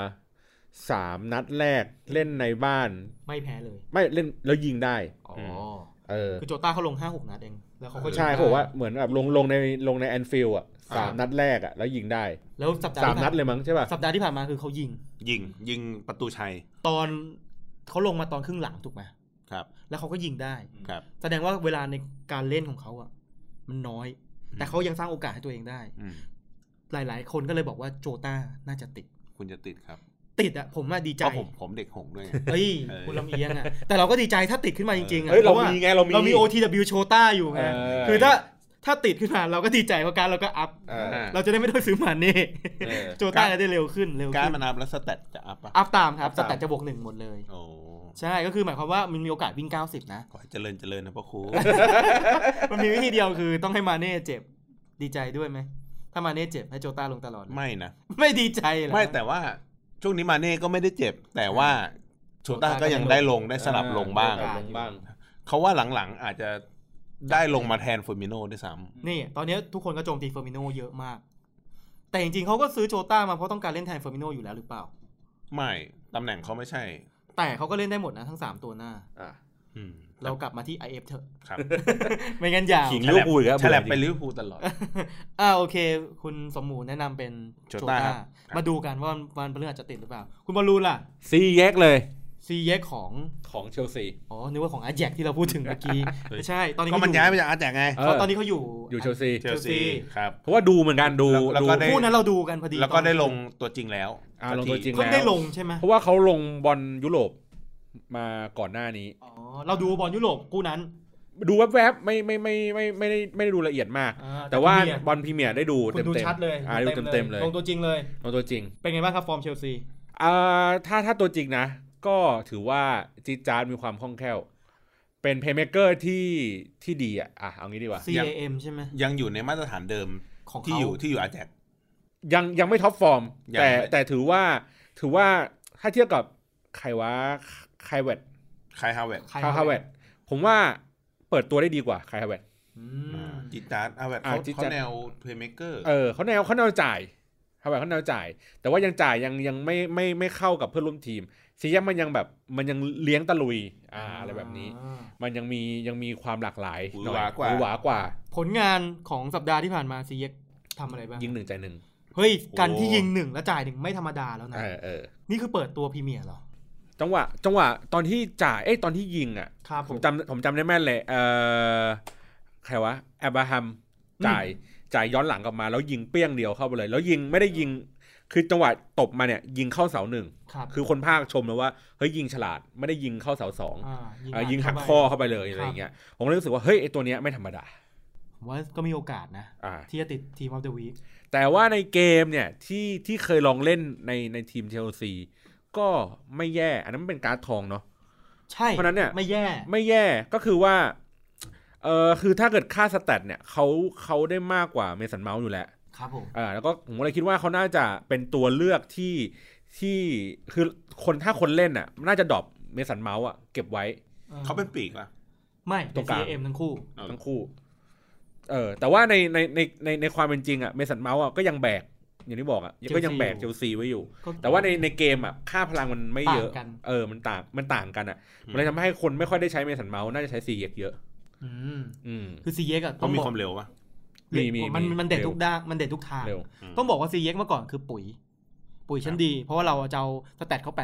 3 นัดแรกเล่นในบ้านไม่แพ้เลยไม่เล่นแล้วยิงได้คือโจต้าเขาลง 5-6 นัดเองแล้วเขาก็ใช่เขาบอกว่าเหมือนแบบลงในแอนฟิลด์อ่ะ3 นัดแรกอ่ะแล้วยิงได้แล้วสัปดาห์ 3 นัดเลยมั้งใช่ป่ะสัปดาห์ที่ผ่านมาคือเขายิงประตูชัยตอนเขาลงมาตอนครึ่งหลังถูกไหมครับแล้วเขาก็ยิงได้ครับแสดงว่าเวลาในการเล่นของเขาอ่ะมันน้อยแต่เขายังสร้างโอกาสให้ตัวเองได้หลายๆคนก็เลยบอกว่าโจต้าน่าจะติดคุณจะติดครับติดอ่ะผมดีใจผมเด็กหงด้วยเฮ้ยคุณลำเอียงอ่ะแต่เราก็ดีใจถ้าติดขึ้นมาจริงๆอ่ะเรามีไงเรามี OTW โชต้าอยู่ไงคือถ้าติดขึ้นมาเราก็ดีใจเพราะการเราก็อัพเราจะได้ไม่ต้องซื้อมานี่โจต้าจะได้เร็วขึ้นการมันอัพแล้วสแตทจะอัพตามครับสแตทจะบวก1หมดเลยใช่ก็คือหมายความว่ามันมีโอกาสวิ่ง90นะขอให้เจริญนะพ่อครูมันมีวิธีเดียวคือต้องให้มาเน่เจ็บดีใจด้วยไหมถ้ามาเน่เจ็บให้โจต้าลงตลอดไม่นะไม่ดีใจเหรอไม่แต่ว่าช่วงนี้มาเน่ก็ไม่ได้เจ็บแต่ว่าโจต้าก็ยังได้ลงได้สลับลงบ้างเขาว่าหลังๆอาจจะได้ลงมาแทนเฟอร์มิโน่ด้วยซ้ำนี่ตอนนี้ทุกคนก็โจมตีเฟอร์มิโน่เยอะมากแต่จริงๆเขาก็ซื้อโจต้ามาเพราะต้องการเล่นแทนเฟอร์มิโน่อยู่แล้วหรือเปล่าไม่ตำแหน่งเขาไม่ใช่แต่เขาก็เล่นได้หมดนะทั้ง3ตัวหน้าเรากลับมาที่ IF เถอะครับไม่งั้นยาวขิงลิเวอร์พูลครับแฉลบไปลิเวอร์พูลตลอดโอเคคุณสมหมูแนะนำเป็นโจต้ามาดูกันว่าวันพฤหัสจะติดหรือเปล่าคุณบอลลูนล่ะซีแยกเลยซีแยกของเชลซีนึกว่าของอาแจกที่เราพูดถึงเมื่อกี้ไม่ใช่ตอนนี้ก็มันย้ายไปจากอาแจกไงตอนนี้เขาอยู่เชลซีครับเพราะว่าดูเหมือนกันดูคู่นั้นเราดูกันพอดีแล้วก็ได้ลงตัวจริงแล้วลงตัวจริงแล้วเขาได้ลงใช่ไหมเพราะว่าเขาลงบอลยุโรปมาก่อนหน้านี้เราดูบอลยุโรปคู่นั้นดูแวบๆไม่ได้ดูละเอียดมากแต่ว่าบอลพรีเมียร์ได้ดูเต็มๆชัดเลยดูเต็มเลยลงตัวจริงเลยลงตัวจริงเป็นไงบ้างครับฟอร์มเชลซีถ้าตัวจริงนะก็ถือว่าจี๊ดจ๊าดมีความคล่องแคล่วเป็นเพลย์เมคเกอร์ที่ดีเอางี้ดีกว่า CAM ใช่ไหมยังอยู่ในมาตรฐานเดิมของที่อยู่อาแจกยังไม่ท็อปฟอร์มแต่ถือว่าถ้าเทียบกับใครวะไคเวตฮาวเวตผมว่าเปิดตัวได้ดีกว่าไคฮาวเวตจิตตาร์ฮาวเวตเขาแนวเพลย์เมคเกอร์เขาแนวจ่ายฮาวเวตเขาแนวจ่ายแต่ว่ายังจ่ายยังไม่เข้ากับเพื่อนร่วมทีมซียังมันยังเลี้ยงตะลุยอะไรแบบนี้มันยังมีความหลากหลายหน่อยหวากว่าผลงานของสัปดาห์ที่ผ่านมาซีเย็กทำอะไรบ้างยิง1จ่าย1 เฮ้ยการที่ยิง1แล้วจ่าย1ไม่ธรรมดาแล้วนะนี่คือเปิดตัวพรีเมียร์เหรอจังหวะตอนที่จ่ายตอนที่ยิงผมจำได้แม่นเลยใครวะอับราฮัมจ่ายย้อนหลังกลับมาแล้วยิงเปี้ยงเดียวเข้าไปเลยแล้วยิงไม่ได้ยิงคือจังหวะตบมาเนี่ยยิงเข้าเสา1คือคนภาคชมเลยว่าเฮ้ยยิงฉลาดไม่ได้ยิงเข้าเสา2ยิงหักข้อเข้าไปเลยอะไรอย่างเงี้ยผมเลยรู้สึกว่าเฮ้ยไอตัวเนี้ยไม่ธรรมดาผมว่าก็มีโอกาสนะที่จะติดทีมออฟเดอะวีคแต่ว่าในเกมเนี่ยที่เคยลองเล่นในทีมเชลซีก็ไม่แย่อันนั้นมันเป็นการ์ดทองเนาะใช่เพราะนั้นเนี่ยไม่แย่ก็คือว่าคือถ้าเกิดค่าสแตทเนี่ยเขาได้มากกว่าเมสันเมาส์อยู่แล้วครับผมแล้วก็ผมเลยคิดว่าเขาน่าจะเป็นตัวเลือกที่คือถ้าคนเล่นน่ะน่าจะดรอปเมสันเมาส์เก็บไว้เขาเป็นปีกป่ะไม่เป็น CM ทั้งคู่แต่ว่าในความเป็นจริงเมสันเมาส์ก็ยังแบกอย่างที่บอกก็ยังแบกเชลซีไว้อยู่แต่ว่าในเกมค่าพลังมันไม่เยอะมันต่างกันมันเลยทำให้คนไม่ค่อยได้ใช้เมสันเมาส์น่าจะใช้ซีเย็กเยอะคือซีเย็กต้องมีความเร็วป่ะมันเด็ดทุกด้านมันเด็ดทุกทางต้องบอกว่าซีเย็กเมื่อก่อนคือปุ๋ยชั้นดีเพราะว่าเราจะเอาสแตทเขา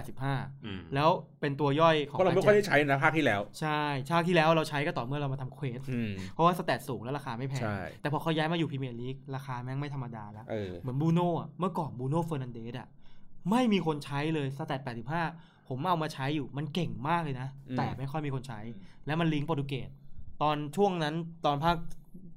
85แล้วเป็นตัวย่อยของเราไม่ค่อยได้ใช้นะภาคที่แล้วใช่ภาคที่แล้วเราใช้ก็ต่อเมื่อเรามาทำเควสเพราะว่าสแตทสูงแล้วราคาไม่แพงแต่พอเขาย้ายมาอยู่พรีเมียร์ลีกราคาแม่งไม่ธรรมดาแล้วเหมือนบูโน่เมื่อก่อนบูโน่เฟอร์นันเดสไม่มีคนใช้เลยสแตท85ผมเอามาใช้อยู่มันเก่งมากเลยนะแต่ไม่ค่อยมีคนใช้แล้วมันลิงก์โปรตุเกสตอนช่วงนั้นตอนภาค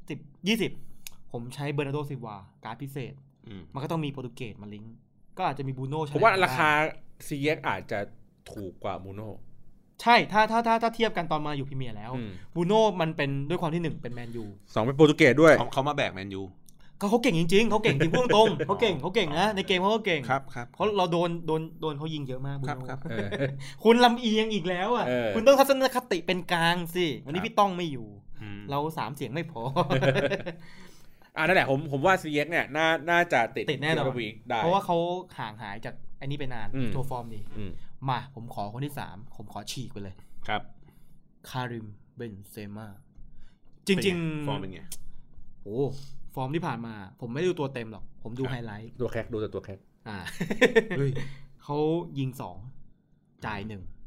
10-20ผมใช้เบอร์นาร์โดซิลวาการ์ดพิเศษมันก็ต้องมีโปรตุเกสมาลิงก์ก็อาจจะมีบูโน่ผมว่าราคาซีเอ็กอาจจะถูกกว่าบูโน่ใช่ถ้าเทียบกันตอนมาอยู่พรีเมียร์แล้วบูโน่มันเป็นด้วยความที่1เป็นแมนยู 2เป็นโปรตุเกสด้วยเขามาแบกแมนยูเขาเก่งจริงๆเขาเก่งจริงพูดตรงเขาเก่งนะในเกมเขาก็เก่งครับเพราะเราโดนเขายิงเยอะมากครับคุณลำเอียงอีกแล้วอ่ะคุณต้องทัศนคติเป็นกลางสิวันนี้พี่ต้องไม่อยู่เรา3เสียงไม่พอนั่นแหละผมว่า CX เนี่ยน่าจะติดแน่นอนเพราะว่าเขาห่างหายจากอันนี้ไปนานตัวฟอร์มดีมาผมขอคนที่3ผมขอฉีกไปเลยครับคาริมเบนเซม่าจริงๆฟอร์มเป็นไงโอ้ฟอร์มที่ผ่านมาผมไม่ได้ดูตัวเต็มหรอกผมดูไฮไลท์ตัวแคกดูแต่ตัวแคกเขายิง2จ่าย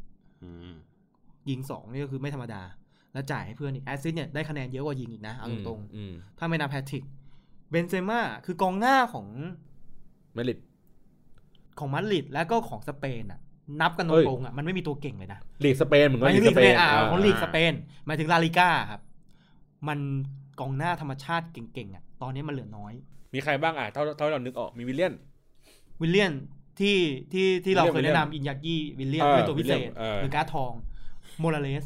1ยิง2นี่ก็คือไม่ธรรมดาแล้วจ่ายให้เพื่อนอีกแอสซิสต์เนี่ยได้คะแนนเยอะกว่ายิงอีกนะเอาตรงๆถ้าไม่นับแพทริกเบนเซม่าคือกองหน้าของมาดริดแล้วก็ของสเปนอ่ะนับกันตรงๆอ่ะมันไม่มีตัวเก่งเลยนะลีกสเปนเหมือนกันลีกสเปนของลีกสเปนหมายถึงลาลิก้าครับมันกองหน้าธรรมชาติเก่งๆอ่ะตอนนี้มันเหลือน้อยมีใครบ้างเท่าเรานึกออกมีวิลเลียนที่เราเคยแนะนำอินยากิวิลเลียนด้วยตัวพิเศษหรือการ์ดทองโมราเลส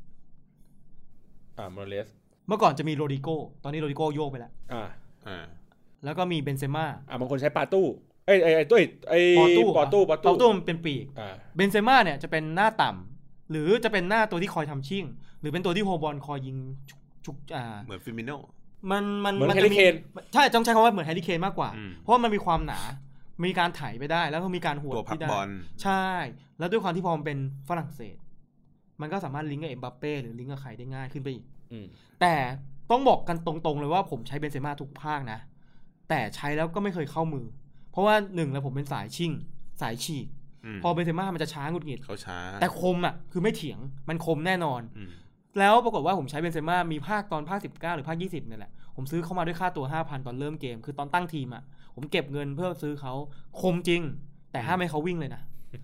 เมื่อก่อนจะมีโรดิโกตอนนี้โรดิโกโยกไปแล้วแล้วก็มีเบนเซม่าบางคนใช้ปาตู้ปอตู้มันเป็นปีกเบนเซม่าเนี่ยจะเป็นหน้าต่ำหรือจะเป็นหน้าตัวที่คอยทำชิ่งหรือเป็นตัวที่โฮบอลคอยยิงชุกเหมือนฟิมิโนมันจะมีใช่ต้องใช้คำว่าเหมือนแฮร์รี่เคนมากกว่าเพราะว่ามันมีความหนามีการไถไปได้แล้วก็มีการหัวที่ได้ใช่แล้วด้วยความที่พอมันเป็นฝรั่งเศสมันก็สามารถลิงก์กับเอ็มบัปเป้หรือลิงก์กับใครได้ง่ายขึ้นไปอีกแต่ต้องบอกกันตรงๆเลยว่าผมใช้เบนเซม่าทุกภาคนะแต่ใช้แล้วก็ไม่เคยเข้ามือเพราะว่า1แล้วผมเป็นสายชิ่งสายฉีกพอเบนเซม่ามันจะช้าหงุดหงิดเขาช้าแต่คมอ่ะคือไม่เถียงมันคมแน่นอนแล้วปรากฏว่าผมใช้เบนเซม่ามีภาคตอนภาค19หรือภาค20เนี่ยแหละผมซื้อเข้ามาด้วยค่าตัว 5,000 ตอนเริ่มเกมคือตอนตั้งทีมอ่ะผมเก็บเงินเพื่อซื้อเขาคมจริงแต่ห้ามให้เขาวิ่งเลยนะ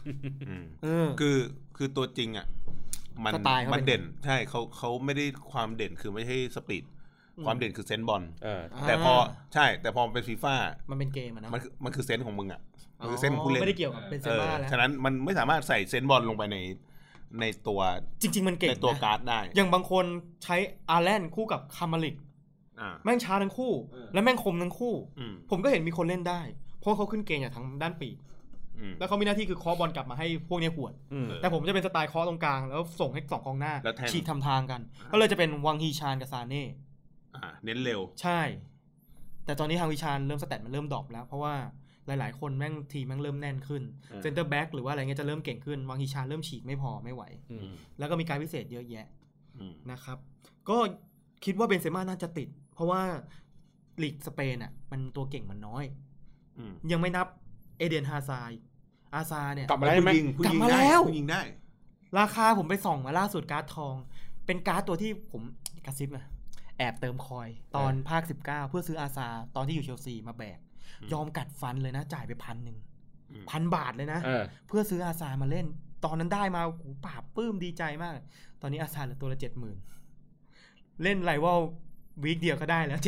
คือตัวจริงอ่ะมันเด่นใช่เขาไม่ได้ความเด่นคือไม่ใช่สปีดความเด่นคือเซนส์บอลแต่พอใช่แต่พอเป็นฟีฟ่ามันเป็นเกมนะมันคือเซนส์ของมึงอ่ะมันคือเซนส์ของผู้เล่นไม่ได้เกี่ยวกับเป็นเซนส์บอลแล้วฉะนั้นมันไม่สามารถใส่เซนส์บอลลงไปในตัวจริงๆมันเก่งในตัวการ์ดได้อย่างบางคนใช้อาร์แลนคู่กับคามาลิกแม่งช้าทั้งคู่และแม่งคมทั้งคู่ผมก็เห็นมีคนเล่นได้เพราะเขาขึ้นเกมอย่างทางด้านปีกแล้วเขามีหน้าที่คือเคาะบอลกลับมาให้พวกนี้หวดแต่ผมจะเป็นสไตล์เคาะตรงกลางแล้วส่งให้2กองหน้าฉีกทำทางกันก็เลยจะเป็นวังฮีชานกับซาเน่เน้นเร็วใช่แต่ตอนนี้ทางวิชาเริ่มสแตทมันเริ่มดรอปแล้วเพราะว่าหลายๆคนแม่งทีมแม่งเริ่มแน่นขึ้นเซนเตอร์แบ็กหรือว่าอะไรเงี้ยจะเริ่มเก่งขึ้นวังฮีชานเริ่มฉีกไม่พอไม่ไหวแล้วก็มีการพิเศษเยอะแยะนะครับก็คิดว่าเบนเซม่าน่าจะติดเพราะว่าลีกสเปนอ่ะมันตัวเก่งมันน้อยยังไม่นับเอเดนฮาซาเนี่ยกลับมาแล้วกลับมาแล้วยิงได้ราคาผมไปส่องมาล่าสุดการ์ดทองเป็นการ์ดตัวที่ผมกระซิบนะแอบเติมคอยตอนภาค19เพื่อซื้ออาซาตอนที่อยู่เชลซีมาแบกยอมกัดฟันเลยนะจ่ายไป1,000 บาทเลยนะเพื่อซื้ออาซามาเล่นตอนนั้นได้มาโอ้ปราบปลื้มดีใจมากตอนนี้อาซาเหลือตัวละ 70,000 เล่นไรว่าวีคเดียวก็ได้แล้ว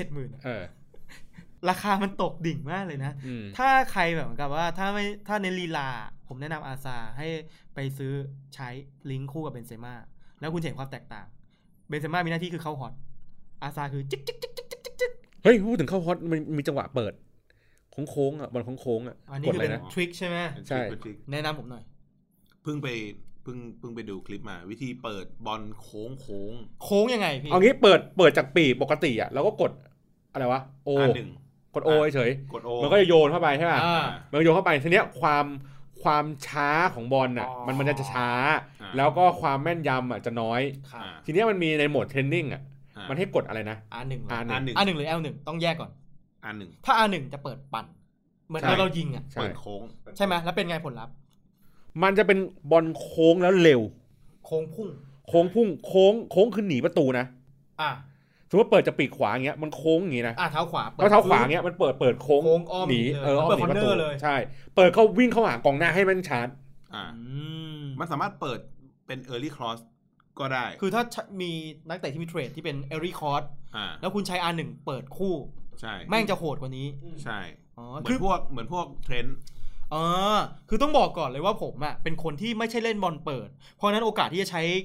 70,000ราคามันตกดิ่งมากเลยนะถ้าใครแบบกับว่าถ้าในลีลาผมแนะนำอาซาให้ไปซื้อใช้ลิงก์คู่กับเบนเซม่าแล้วคุณเห็นความแตกต่างเบนเซม่ามีหน้าที่คือเข้าฮอตอาซาคือจิ๊กจิ๊กจิ๊กจิ๊กจิ๊กจิ๊กเฮ้ยพูดถึงเข้าฮอตมันมีจังหวะเปิดโค้งอ่ะบอลโค้งอ่ะอันนี้คือเป็นทริคใช่ไหมใช่แนะนำผมหน่อยเพิ่งไปดูคลิปมาวิธีเปิดบอลโค้งยังไงพี่เอางี้เปิดจากปีปกติอ่ะแล้วก็กดอะไรวะโอกดโอเฉยมันก็จะโยนเข้าไปใช่ป่ะมันโยนเข้าไปทีเนี้ยความช้าของบอลน่ะมันจะช้าแล้วก็ความแม่นยำอ่ะจะน้อยทีเนี้ยมันมีในโหมดเทรนนิ่งอ่ะมันให้กดอะไรนะ R1 หรือ L1 ต้องแยกก่อน R1 ถ้า R1 จะเปิดปั่นเหมือนเรายิงอ่ะเปิดโค้งใช่ไหมแล้วเป็นไงผลลัพธ์มันจะเป็นบอลโค้งแล้วเร็วโค้งพุ่งโค้งคือหนีประตูนะสมมติเปิดจากปีกขวาอย่างเงี้ยมันโค้งอย่างงี้นะเท้าขวาเท้าขวาอย่างเงี้ยมันเปิดโค้งหนีอ้อมหนีประตูใช่เปิดเข้าวิ่งเข้าหากองหน้าให้มันชาร์จมันสามารถเปิดเป็น early cross ก็ได้คือถ้ามีนักเตะที่มีเทรดที่เป็น early cross แล้วคุณใช้ R1 เปิดคู่ใช่แม่งจะโหดกว่านี้ใช่เหมือนพวกเทรนด์คือต้องบอกก่อนเลยว่าผมอ่ะเป็นคนที่ไม่ใช่เล่นบอลเปิดเพราะนั้นโอกาสที่จะใช้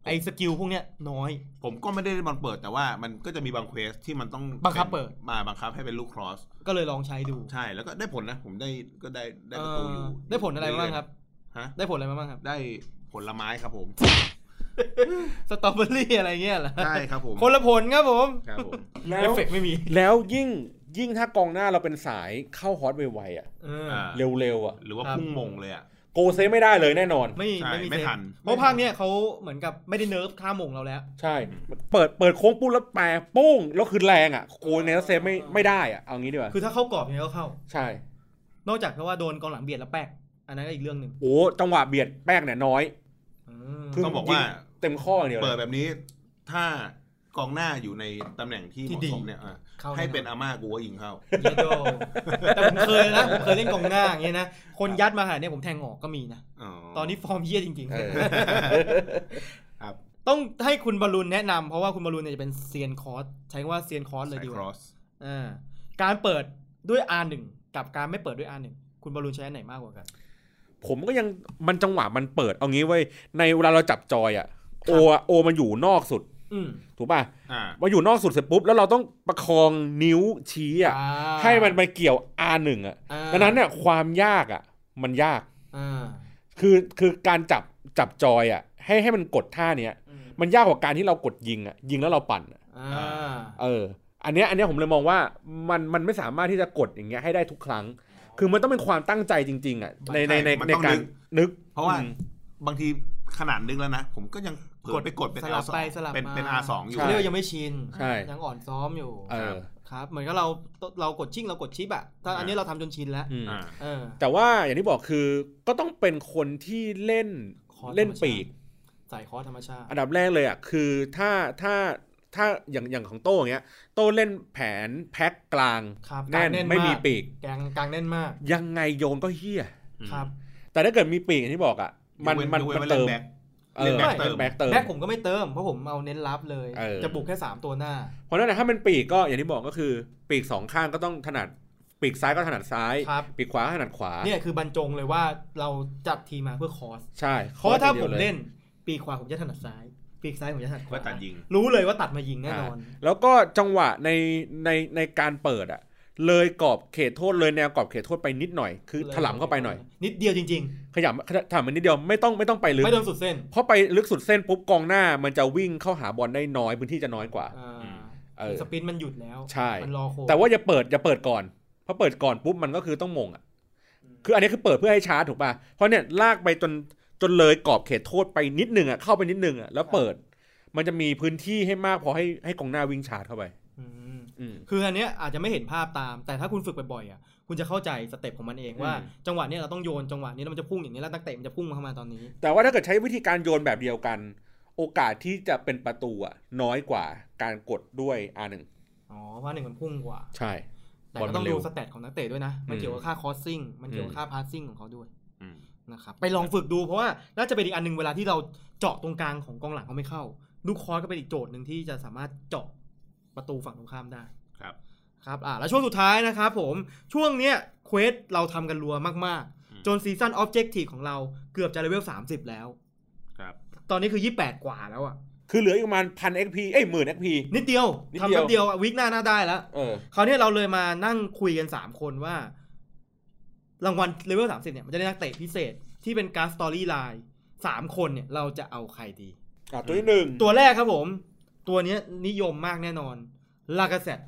ไอ้สกิลพวกเนี้ยน้อยผมก็ไม่ได้บอลเปิดแต่ว่ามันก็จะมีบางเควสที่มันต้องบังคับเปิดมาบังคับให้เป็นลูกครอสก็เลยลองใช้ดูใช่แล้วก็ได้ผลนะผมได้ประตูอยู่ได้ผลอะไรบ้างครับฮะได้ผลอะไรบ้างครับได้ผลไม้ครับผมสตรอเบอรี่อะไรเงี้ยเหรอใช่ครับผมคนละผลครับผมเอฟเฟกต์ไม่มีแล้วยิ่งถ้ากองหน้าเราเป็นสายเข้าฮอตไวๆอ่ะเร็วๆอ่ะหรือว่าพุ่งมงเลยอ่ะโกเซไม่ได้เลยแน่นอนไม่ทันเพราะภาคเนี้ยเขาเหมือนกับไม่ได้เนิร์ฟท่ามงเราแล้วใช่เปิดโค้งปุ๊บแล้วแปรปุ้งแล้วคือแรงอ่ะโกเนสเซฟไม่ได้อ่ะเอางี้ดีกว่าคือถ้าเข้ากรอบเนี่ยก็เข้าใช่นอกจากเพราะว่าโดนกองหลังเบียดแล้วแป๊กอันนั้นก็อีกเรื่องนึงโอ้จังหวะเบียดแป๊กเนี่ยน้อยต้องบอกว่าเต็มข้อเดียวเปิดแบบนี้ถ้ากองหน้าอยู่ในตำแหน่งที่เหมาะสมเนี่ยให้เป็นอาม่ากูก็ยิงเข้าแต่ผมเคยเล่นกองหน้าอย่างเงี้ยนะคนยัดมาหาเนี่ยผมแทงออกก็มีนะตอนนี้ฟอร์มเหี้ยจริงๆครับต้องให้คุณบอลลูนแนะนำเพราะว่าคุณบอลลูนเนี่ยจะเป็นเซียนคอร์สใช้คำว่าเซียนคอร์สเลยดีกว่าการเปิดด้วย R1 กับการไม่เปิดด้วย R1 คุณบอลลูนใช้อันไหนมากกว่ากันผมก็ยังมันจังหวะมันเปิดเอางี้ไว้ในเวลาเราจับจอยโอมันอยู่นอกสุดถูกป่ะมาอยู่นอกสุดเสร็จปุ๊บแล้วเราต้องประคองนิ้วชี้ให้มันไปเกี่ยว R1 ดังนั้นเนี่ยความยากมันยากคือการจับจอยให้มันกดท่าเนี้ยมันยากกว่าการที่เรากดยิงแล้วเราปั่นอันเนี้ยผมเลยมองว่ามันไม่สามารถที่จะกดอย่างเงี้ยให้ได้ทุกครั้งคือมันต้องเป็นความตั้งใจจริงๆในการนึกเพราะว่าบางทีขนาดนึกแล้วนะผมก็ยังกดเป็น R2 เป็น R2 อยู่เรียกยังไม่ชินยังอ่อนซ้อมอยู่ครับเหมือนกับเรากดชิ่งเรากดชิปถ้าอันนี้เราทำจนชินแล้วแต่ว่าอย่างที่บอกคือก็ต้องเป็นคนที่เล่นปีกใส่คอร์สธรรมชาติอันดับแรกเลยคือถ้าอย่างของโต้อย่างเงี้ยโต้เล่นแผนแพ็คกลางแน่นไม่มีปีกกลางแน่นมากยังไงโยนก็เหี้ยครับแต่ถ้าเกิดมีปีกอย่างที่บอกมันเติมแบ็คผมก็ไม่เติมเพราะผมเอาเน้นรับเลยจะบุกแค่3ตัวหน้าเพราะนั้นถ้าเป็นปีกก็อย่างที่บอกก็คือปีก2ข้างก็ต้องถนัดปีกซ้ายก็ถนัดซ้ายปีกขวาถนัดขวาเนี่ยคือบรรจงเลยว่าเราจัดทีมาเพื่อคอสใช่เพราะถ้าผมเล่นปีกขวาผมจะถนัดซ้ายปีกซ้ายผมจะถนัดขวารู้เลยว่าตัดมายิงแน่นอนแล้วก็จังหวะในการเปิดเลยกรอบเขตโทษเลยแนวกรอบเขตโทษไปนิดหน่อยคือถลำเข้าไปหน่อยนิดเดียวจริงๆขยับถลำมันนิดเดียวไม่ต้องไปลึกไม่ต้องสุดเส้นเพราะไปลึกสุดเส้นปุ๊บกองหน้ามันจะวิ่งเข้าหาบอลได้น้อยพื้นที่จะน้อยกว่าสปรินต์มันหยุดแล้วใช่แต่ว่าอย่าเปิดก่อนเพราะเปิดก่อนปุ๊บมันก็คือต้องมงคืออันนี้คือเปิดเพื่อให้ช้าถูกป่ะเพราะเนี่ยลากไปจนเลยกรอบเขตโทษไปนิดนึงเข้าไปนิดนึงแล้วเปิดมันจะมีพื้นที่ให้มากพอให้กองหน้าวิ่งชาร์จเข้าไปคืออันเนี้ยอาจจะไม่เห็นภาพตามแต่ถ้าคุณฝึกบ่อยๆคุณจะเข้าใจสเต็ปของมันเองว่าจังหวะนี้เราต้องโยนจังหวะนี้แล้วมันจะพุ่งอย่างนี้แล้วนักเตะมันจะพุ่งเข้ามาตอนนี้แต่ว่าถ้าเกิดใช้วิธีการโยนแบบเดียวกันโอกาสที่จะเป็นประตูน้อยกว่าการกดด้วย R1 เพราะ1มันพุ่งกว่าใช่แต่ก็ต้องดูสเตตของนักเตะด้วยนะมันเกี่ยวกับค่าคอสซิ่งมันเกี่ยวกับค่าพาสซิ่งของเขาด้วยนะครับไปลองฝึกดูเพราะว่าน่าจะเป็นอีกอันนึงเวลาที่เราเจาะตรงกลางของกองหลังเขาไม่เข้าลูกคอร์สก็เป็นอีกโจทย์นึงที่จะสามารถเจาะประตูฝั่งตรงข้ามได้ครับแล้วช่วงสุดท้ายนะครับผมช่วงเนี้ยเควสเราทำกันรัวมากๆจนซีซั่นออบเจกทีฟของเราเกือบจะเลเวล30แล้วครับตอนนี้คือ28กว่าแล้วคือเหลืออีกประมาณ 1,000 XP 10,000 XP นิดเดียวทำแป๊บเดียววีคหน้าได้แล้วคราวนี้เราเลยมานั่งคุยกัน3คนว่ารางวัลเลเวล30เนี่ยมันจะได้นักเตะพิเศษที่เป็นการ์ดสตอรี่ไลน์3คนเนี่ยเราจะเอาใครดีตัวที่1 ตัวแรกครับผมตัวนี้นิยมมากแน่นอนลากาเซต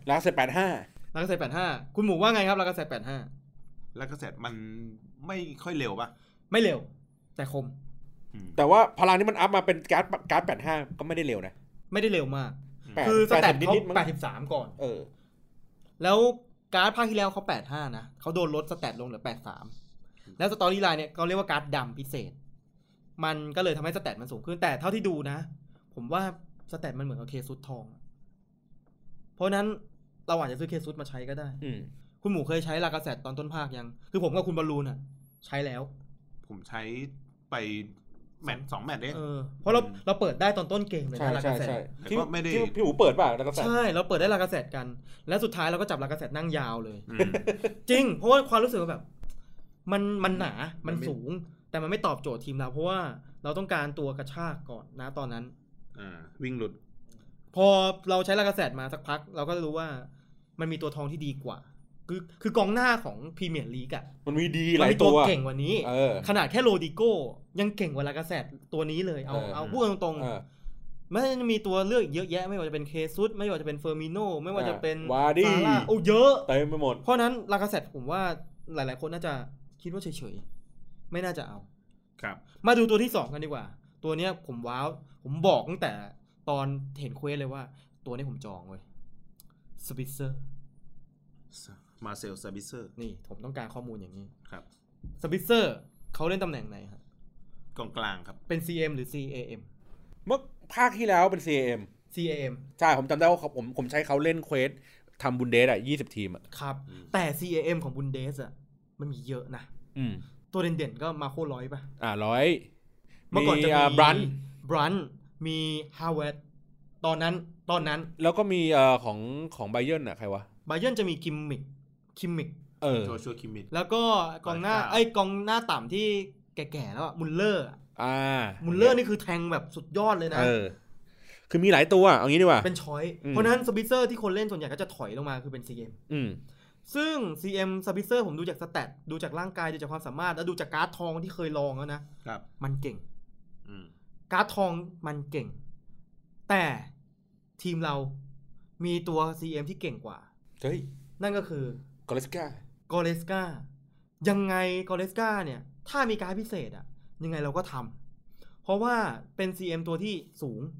85คุณหมูว่าไงครับลากาเซต85 ลากาเซตมันไม่ค่อยเร็วป่ะไม่เร็วแต่คมแต่ว่าพลังนี้มันอัพมาเป็นการ์ด85ก็ไม่ได้เร็วนะไม่ได้เร็วมากคือสแตทเขา83ก่อนแล้วการ์ดภาคที่แล้วเขา85นะเขาโดนลดสแตทลงเหลือ83แล้วสตอรี่ไลน์เนี่ยเขาเรียกว่าการ์ดดำพิเศษมันก็เลยทำให้สแตทมันสูงขึ้นแต่เท่าที่ดูนะผมว่าสแตทมันเหมือนกับเคซุดทองเพราะนั้นเราอาจจะซื้อเคซุดมาใช้ก็ได้คุณหมูเคยใช้ลากาเซตตอนต้นภาคยังคือผมกับคุณบอลลูนใช้แล้วผมใช้ไปแมตช์2แมตช์เองเพราะเราเปิดได้ตอนต้นเกมเลยนะลากาเซตที่พี่หมูเปิดป่ะลากาเซตใช่เราเปิดได้ลากาเซตกันแล้วสุดท้ายเราก็จับลากาเซตนั่งยาวเลยจริงเพราะว่าความรู้สึกแบบมันหนามันสูงแต่มันไม่ตอบโจทย์ทีมเราเพราะว่าเราต้องการตัวกระชากก่อนนะตอนนั้นวิ่งหลุดพอเราใช้ลากาเซตมาสักพักเราก็รู้ว่ามันมีตัวทองที่ดีกว่าคือกองหน้าของพรีเมียร์ลีกอ่ะมันมีดีหลายตัวเก่งกว่านี้ขนาดแค่โรดิโก้ยังเก่งกว่าลากาเซตตัวนี้เลยเอาพูดตรงๆมันจะมีตัวเลือกเยอะแยะไม่ว่าจะเป็นเคซุสไม่ว่าจะเป็นเฟอร์มิโนไม่ว่าจะเป็นวาร์ดี้เยอะเต็มไปหมดเพราะนั้นลากาเซตผมว่าหลายๆคนน่าจะคิดว่าเฉยๆไม่น่าจะเอาครับมาดูตัวที่2กันดีกว่าตัวเนี้ยผมว้าวผมบอกตั้งแต่ตอนเห็นเควสเลยว่าตัวนี้ผมจองเว้ยสปิเซอร์มาเซลสปิเซอร์นี่ผมต้องการข้อมูลอย่างนี้ครับสปิเซอร์เขาเล่นตำแหน่งไหนครับกองกลางครับเป็น CM หรือ CAM เมื่อภาคที่แล้วเป็น CAM ใช่ผมจำได้ว่าผมใช้เขาเล่นเควสทำบุนเดส20 ทีมอ่ะครับแต่ CAM ของบุนเดสอ่ะมันมีเยอะนะตัวเด่นๆก็มาโคร้อยป่ะ 100 เมื่อก่อนจะมีบรันมีฮาวเวิร์ดตอนนั้นแล้วก็มีของไบเยิร์นอ่ะใครวะไบเยิร์นจะมีคิมมิกโจชัวคิมมิกแล้วก็กองหน้าต่ำที่แก่ๆแล้วอ่ะมุลเลอร์มุลเลอร์นี่คือแทงแบบสุดยอดเลยนะคือมีหลายตัวเอางี้ดีกว่าเป็นช้อยเพราะนั้นสปิเซอร์ที่คนเล่นส่วนใหญ่ก็จะถอยลงมาคือเป็น CM ซึ่ง CM สปิเซอร์ผมดูจากสแตทดูจากร่างกายดูจากความสามารถแล้วดูจากการ์ดทองที่เคยลองแล้วนะครับมันเก่งการ์ดทองมันเก่งแต่ทีมเรามีตัว CM ที่เก่งกว่านั่นก็คือกอเลสกายังไงกอเลสกาเนี่ยถ้ามีการพิเศษอ่ะยังไงเราก็ทำเพราะว่าเป็น CM ตัวที่สูง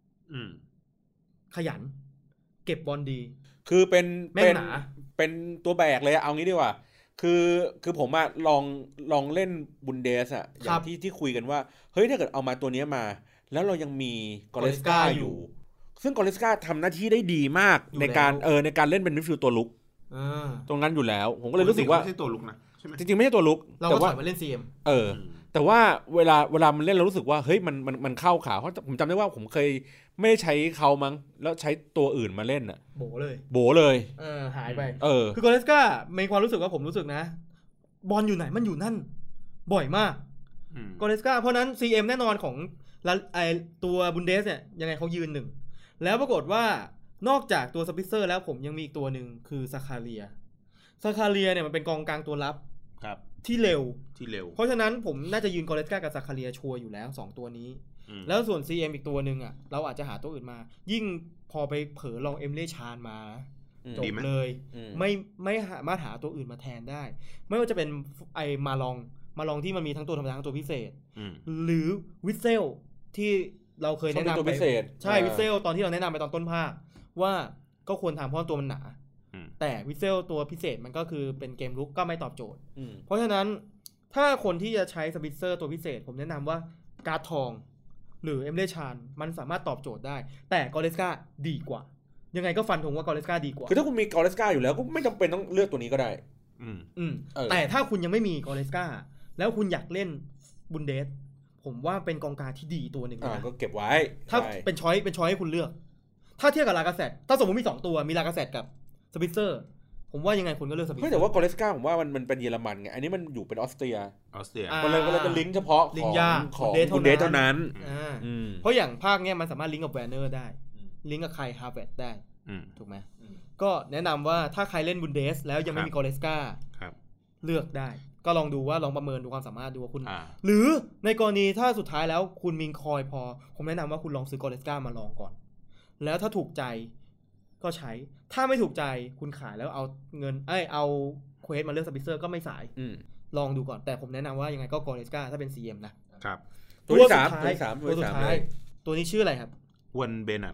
ขยันเก็บบอลดีคือเป็นตัวแบกเลยเอางี้ดีกว่าคือผมอะลองเล่นบุนเดสอะอย่างที่คุยกันว่าเฮ้ยถ้าเกิดเอามาตัวนี้มาแล้วเรายังมีกอเลสกาอยู่ซึ่งกอเลสกาทำหน้าที่ได้ดีมากในการเล่นเป็นมิดฟิลด์ตัวลุกตรงนั้นอยู่แล้วผมก็เลยรู้สึกว่าไม่ใช่ตัวลุกนะใช่ไหมจริงๆไม่ใช่ตัวลุกเราก็ถอยมาเล่น CM แต่ว่าเวลามันเล่นเรารู้สึกว่าเฮ้ยมันเข้าขาเพราะผมจำได้ว่าผมเคยไม่ได้ใช้เขามั้งแล้วใช้ตัวอื่นมาเล่นอ่ะโบเลยหายไปคือกอเลสกามีความรู้สึกว่าผมรู้สึกนะบอลอยู่ไหนมันอยู่นั่นบ่อยมากกอเลสกาเพราะนั้น CM แน่นอนของตัวบุนเดสเนี่ยยังไงเขายืน1แล้วปรากฏว่านอกจากตัวสปิเซอร์แล้วผมยังมีอีกตัวหนึ่งคือซาคาเรียเนี่ยมันเป็นกองกลางตัวรับที่เร็วเพราะฉะนั้นผมน่าจะยืนกอเลสกากับซาคาเรียชัวร์อยู่แล้ว2ตัวนี้แล้วส่วน CM อีกตัวนึงอ่ะเราอาจจะหาตัวอื่นมายิ่งพอไปเผลอลองเอมเล่ชานมาจบเลยไม่สามารถหาตัวอื่นมาแทนได้ไม่ว่าจะเป็นมาลองที่มันมีทั้งตัวธรรมดาทั้งตัวพิเศษหรือวิเซลที่เราเคยแนะนำไปใช่วิเซลตอนที่เราแนะนำไปตอนต้นภาคว่าก็ควรทำเพราะตัวมันหนาแต่วิเซลตัวพิเศษมันก็คือเป็นเกมลุกก็ไม่ตอบโจทย์เพราะฉะนั้นถ้าคนที่จะใช้สปิเซอร์ตัวพิเศษผมแนะนำว่าการ์ดทองหรือเอมเล่ชานมันสามารถตอบโจทย์ได้แต่กอเลสกาดีกว่ายังไงก็ฟันธงว่ากอเลสกาดีกว่าคือถ้าคุณมีกอเลสกาอยู่แล้วก็ไม่จำเป็นต้องเลือกตัวนี้ก็ได้แต่ถ้าคุณยังไม่มีกอเลสกาแล้วคุณอยากเล่นบุนเดสผมว่าเป็นกองกลางที่ดีตัวหนึ่งก็เก็บไว้ถ้าเป็นช้อยให้คุณเลือกถ้าเทียบกับลากาเซตถ้าสมมติมี2ตัวมีลากาเซตกับสปิเซอร์ผมว่ายังไงคุณก็เลือกสปิเซอร์แต่ว่ากอเลสกาผมว่ามันเป็นเยอรมันไงอันนี้มันอยู่เป็นออสเตรียมันเลยเป็นลิงก์เฉพาะของบุนเดสเท่านั้นเพราะอย่างภาคเนี้ยมันสามารถลิงก์กับแวนเนอร์ได้ลิงก์กับใครฮาร์เวิร์ดได้ถูกไหมก็แนะนำว่าถ้าใครเล่นบุนเดสแล้วยังไม่มีกอเลสกาเลือกได้ก็ลองดูว่าลองประเมินดูความสามารถดูว่าคุณหรือในกรณีถ้าสุดท้ายแล้วคุณมีคอยพอผมแนะนำว่าคุณลองซื้อกอเลสกามาลองก่อนแล้วถ้าถูกใจก็ใช้ถ้าไม่ถูกใจคุณขายแล้วเอาเงินเอาเควสมาเลือกสปิเซอร์ก็ไม่สายลองดูก่อนแต่ผมแนะนำว่ายังไงก็กอเลสกาถ้าเป็น CM นะครับตัวสุดท้ายตัวนี้ชื่ออะไรครับฮวนเบนัท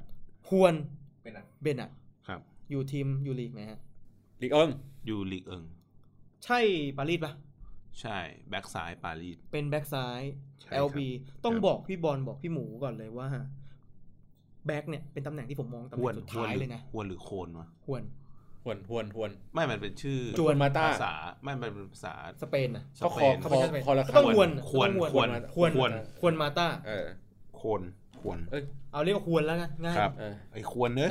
ครับอยู่ทีมอยู่ลีกไหมฮะลีกเอิงอยู่ลีกเอิงใช่ปารีสป่ะใช่แบ็คซ้ายปารีสเป็นแบ็คซ้าย LB ต้องบอกพี่บอลบอกพี่หมูก่อนเลยว่าแบ็คเนี่ยเป็นตำแหน่งที่ผมมองตำแหน่งสุดท้ายเลยนะฮวนหรือโคนวะฮวนไม่มันเป็นชื่อจวนมาต้าภาษาไม่มันเป็นภาษาสเปนนะก็คอละต้องฮวนมาต้าควรเอาเรียกว่าควรแล้วกันง่ายไอ้ควรเนอะ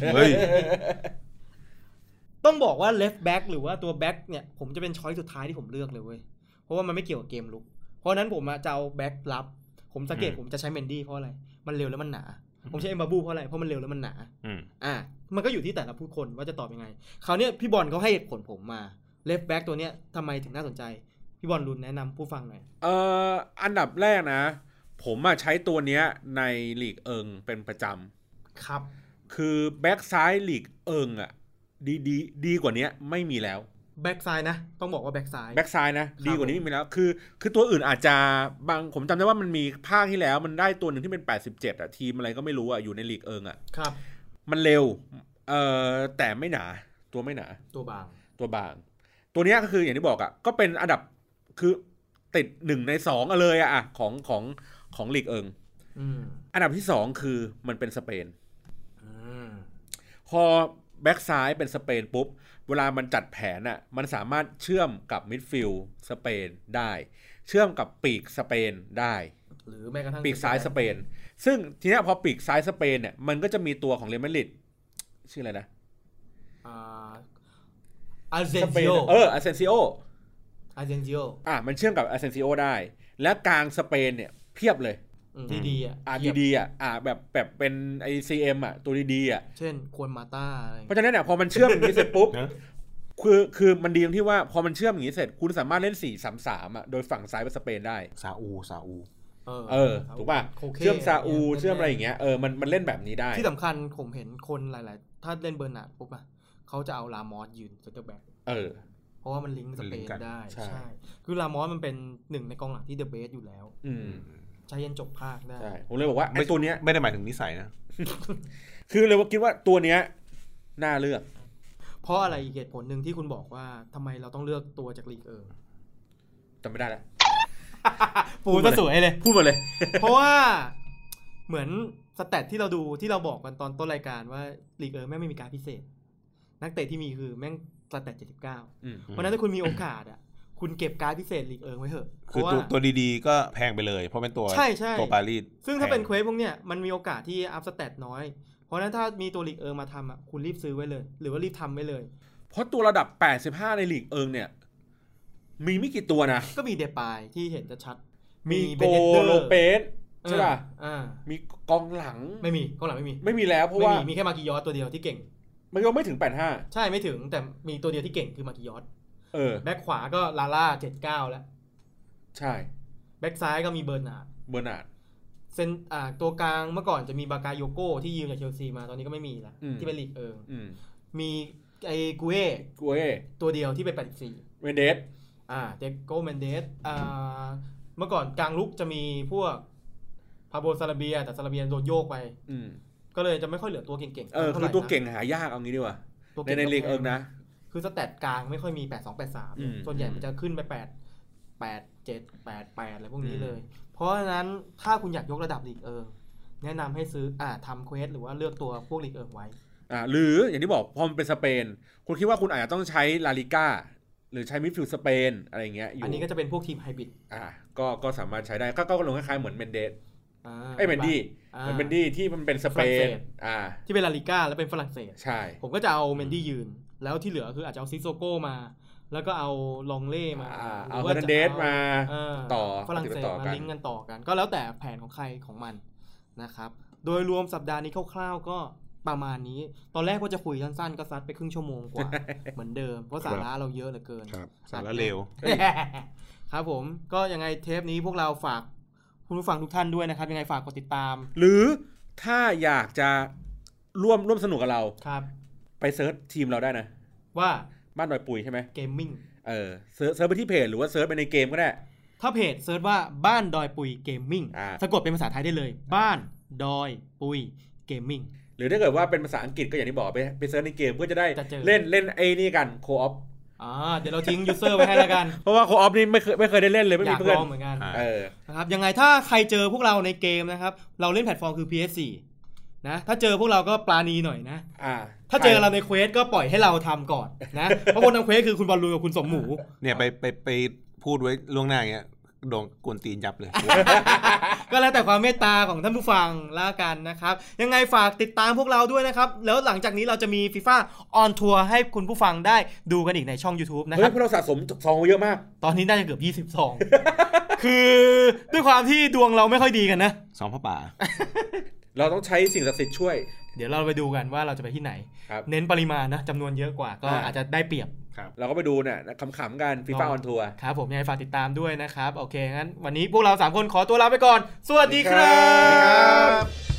ต้องบอกว่า left back หรือว่าตัว back เนี่ยผมจะเป็นช้อยสุดท้ายที่ผมเลือกเลยเว้ยเพราะว่ามันไม่เกี่ยวกับเกมลุกเพราะนั้นผมจะเอา back รับผมสังเกตผมจะใช้เมนดี้เพราะอะไรมันเร็วแล้วมันหนาผมใช้เอ็มบาบูเพราะอะไรเพราะมันเร็วแล้วมันหนามันก็อยู่ที่แต่ละผู้คนว่าจะตอบยังไงคราวนี้พี่บอลเขาให้เหตุผลผมมาเลฟแบ็กตัวเนี้ยทำไมถึงน่าสนใจพี่บอลรุนแนะนำผู้ฟังหน่อยอันดับแรกนะผมใช้ตัวเนี้ยในลีกเอิงเป็นประจำครับคือแบ็กซ้ายลีกเอิงอ่ะดีกว่านี้ไม่มีแล้วแบ็กซ้ายนะต้องบอกว่าแบ็กซ้ายนะดีกว่านี้ไม่มีแล้วคือตัวอื่นอาจจะบางผมจำได้ว่ามันมีภาคที่แล้วมันได้ตัวหนึ่งที่เป็น87อ่ะทีมอะไรก็ไม่รู้อ่ะอยู่ในลีกเอิงอ่ะครับมันเร็วแต่ไม่หนาตัวไม่หนาตัวบางตัวเนี้ยก็คืออย่างที่บอกอ่ะก็เป็นอันดับคือติด1ใน2เลยอ่ะของลีกเอิงอันดับที่2คือมันเป็นสเปนพอแบ็กซ้ายเป็นสเปนปุ๊บเวลามันจัดแผนอ่ะมันสามารถเชื่อมกับมิดฟิลด์สเปนได้เชื่อมกับปีกสเปนได้หรือแม้กระทั่งปีกซ้ายสเปนซึ่งทีนี้พอปีกซ้ายสเปนเนี่ยมันก็จะมีตัวของเรอัลมาดริดชื่ออะไรนะอาเซนซิโออาเซนซิโอมันเชื่อมกับอาเซนซิโอได้และกลางสเปนเนี่ยเพียบเลยดีๆอ่ะดีๆอ่ะแบบเป็นไอซีเอ็มอ่ะตัวดีๆอ่ะเช่นควนมาต้าเพราะฉะนั้นเนี่ยพอมันเชื่อมอย่างนี้เสร็จปุ๊บคือมันดีตรงที่ว่าพอมันเชื่อมอย่างนี้เสร็จคุณสามารถเล่น 4-3-3 อ่ะโดยฝั่งซ้ายเป็นสเปนได้ซาอูถูกป่ะเชื่อมซาอูเชื่อมอะไรอย่างเงี้ยมันเล่นแบบนี้ได้ที่สำคัญผมเห็นคนหลายๆถ้าเล่นเบอร์นาร์ดปุ๊บอ่ะเขาจะเอาลามอสยืนเซนเตอร์แบ็คเพราะว่ามันลิงก์สเปนได้ใช่คือลามอสมันเป็นหนึ่งในกองหลังที่เดอะเบสอยู่แล้วใช้ยันจบภาคได้ใช่ผมเลยบอกว่าไอ้ตัวเนี้ยไม่ได้หมายถึงนิสัยนะคือเลยว่าคิดว่าตัวเนี้ยน่าเลือกเพราะอะไรอีกเหตุผลหนึ่งที่คุณบอกว่าทำไมเราต้องเลือกตัวจากลีกจำไม่ได้แล้วปูซะสวยเลยพูดมาเลยเพราะว่าเหมือนสแตทที่เราดูที่เราบอกกันตอนต้นรายการว่าลีกแม่งไม่มีการพิเศษนักเตะที่มีคือแม่งสแตท79เพราะนั้นถ้าคุณมีโอกาสอ่ะคุณเก็บการ์ดพิเศษลีกไว้เถอะคือตัวดีๆก็แพงไปเลยเพราะเป็นตัวปารีสซึ่งถ้าเป็นเควสพวกเนี้ยมันมีโอกาสที่อัพสแตทน้อยเพราะนั้นถ้ามีตัวลีกมาทำอ่ะคุณรีบซื้อไว้เลยหรือว่ารีบทำไว้เลยเพราะตัวระดับ85ในลีกเนี่ยมีไม่กี่ตัวนะก็มีเดปายที่เห็นจะชัดมีโกโลเปสใช่ป่ะมีกองหลังไม่มีกองหลังไม่มีแล้วเพราะว่ามีแค่มากิยอสตัวเดียวที่เก่งมันก็ไม่ถึง85 ใช่ไม่ถึงแต่มีตัวเดียวที่เก่งคือมากิยอสแบ็คขวาก็ลาล่า79แล้วใช่แบ็คซ้ายก็มีเบอร์นาร์ดเซนตัวกลางเมื่อก่อนจะมีบากาโยโก้ที่ยืมจากเชลซีมาตอนนี้ก็ไม่มีแล้วที่เป็นลีกมีไอ้กูเอตัวเดียวที่เป็น84 เมนเดสเดโก้เมนเดสเมื่อก่อนกลางลุกจะมีพวกพาโบซาลาเบียแต่ซาลาเบียโดนโยกไปก็เลยจะไม่ค่อยเหลือตัวเก่งๆคือตัวเก่งหายากเอางี้ดีกว่าในลีกนะคือสแตทกลางไม่ค่อยมี8283ส่วนใหญ่มันจะขึ้นไป8 7 8 8อะไรพวกนี้เลยเพราะฉะนั้นถ้าคุณอยากยกระดับลีกแนะนำให้ซื้อทำเควสหรือว่าเลือกตัวพวกลีกไว้หรืออย่างที่บอกพอมันเป็นสเปนคุณคิดว่าคุณอาจจะต้องใช้ลาลิก้าหรือใช้มิดฟิลด์สเปนอะไรอย่างเงี้ยอันนี้ก็จะเป็นพวกทีมไฮบริดก็สามารถใช้ได้ก็ลงคล้ายๆเหมือนเมนเดสเมนดี้ที่มันเป็นสเปนที่เป็นลาลิก้าแล้วเป็นฝรั่งเศสใช่ผมก็จะเอาเมนดี้ยืนแล้วที่เหลือคืออาจจะเอาซิโซโก้มาแล้วก็เอาลองเล่มาเอาเฟอร์นันเดสมาต่อฝรั่งเศสมาลิงก์กันต่อกันก็แล้วแต่แผนของใครของมันนะครับโดยรวมสัปดาห์นี้คร่าวๆก็ประมาณนี้ตอนแรกว่าจะคุยสั้นๆก็ซัดไปครึ่งชั่วโมงกว่าเหมือนเดิมเพราะสาระเราเยอะเหลือเกินสาระเร็วครับผมก็ยังไงเทปนี้พวกเราฝากคุณผู้ฟังทุกท่านด้วยนะครับยังไงฝากกดติดตามหรือถ้าอยากจะร่วมสนุกกับเราครับไปเซิร์ชทีมเราได้นะว่าบ้านดอยปุยใช่ไหมเกมมิ่งเซิร์ชไปที่เพจหรือว่าเซิร์ชไปในเกมก็ได้ถ้าเพจเซิร์ชว่าบ้านดอยปุยเกมมิ่งสะกดเป็นภาษาไทยได้เลยบ้านดอยปุยเกมมิ่งหรือถ้าเกิดว่าเป็นภาษาอังกฤษก็อย่างที่บอกไปเซิร์ชในเกมเพื่อจะได้เล่นไอ้นี่กันโคออฟเดี๋ยวเราทิ้งยูเซอร์ไว้ให้แล้วกันเพราะว่าโคออฟนี่ไม่เคยได้เล่นเลยไม่มีเพื่อนเหมือนกันนะครับยังไงถ้าใครเจอพวกเราในเกมนะครับเราเล่นแพลตฟอร์มคือ PS4 นะถ้าเจอพวกเราก็ปราณีหน่อยนะถ้าเจอเราในเควสก็ปล่อยให้เราทำก่อนนะเพราะคนทำเควสคือคุณบอลลูนกับคุณสมหมูเนี่ยไปพูดไว้ล่วงหน้าอย่างเงี้ยโดนกวนตีนยับเลยก็แล้วแต่ความเมตตาของท่านผู้ฟังละกันนะครับยังไงฝากติดตามพวกเราด้วยนะครับแล้วหลังจากนี้เราจะมี FIFA on Tour ให้คุณผู้ฟังได้ดูกันอีกในช่อง YouTube นะครับพวกเราสะสมซองเยอะมากตอนนี้น่าจะเกือบ20ซองคือด้วยความที่ดวงเราไม่ค่อยดีกันนะซองพระป่าเราต้องใช้สิ่งศักดิ์สิทธิ์ช่วยเดี๋ยวเราไปดูกันว่าเราจะไปที่ไหนเน้นปริมาณนะจำนวนเยอะกว่าก็อาจจะได้เปรียบเราก็ไปดูเนี่ยขำๆกัน FIFA on Tour ครับผมยังไงฝากติดตามด้วยนะครับโอเคงั้นวันนี้พวกเรา3คนขอตัวลาไปก่อนสวัสดีครับ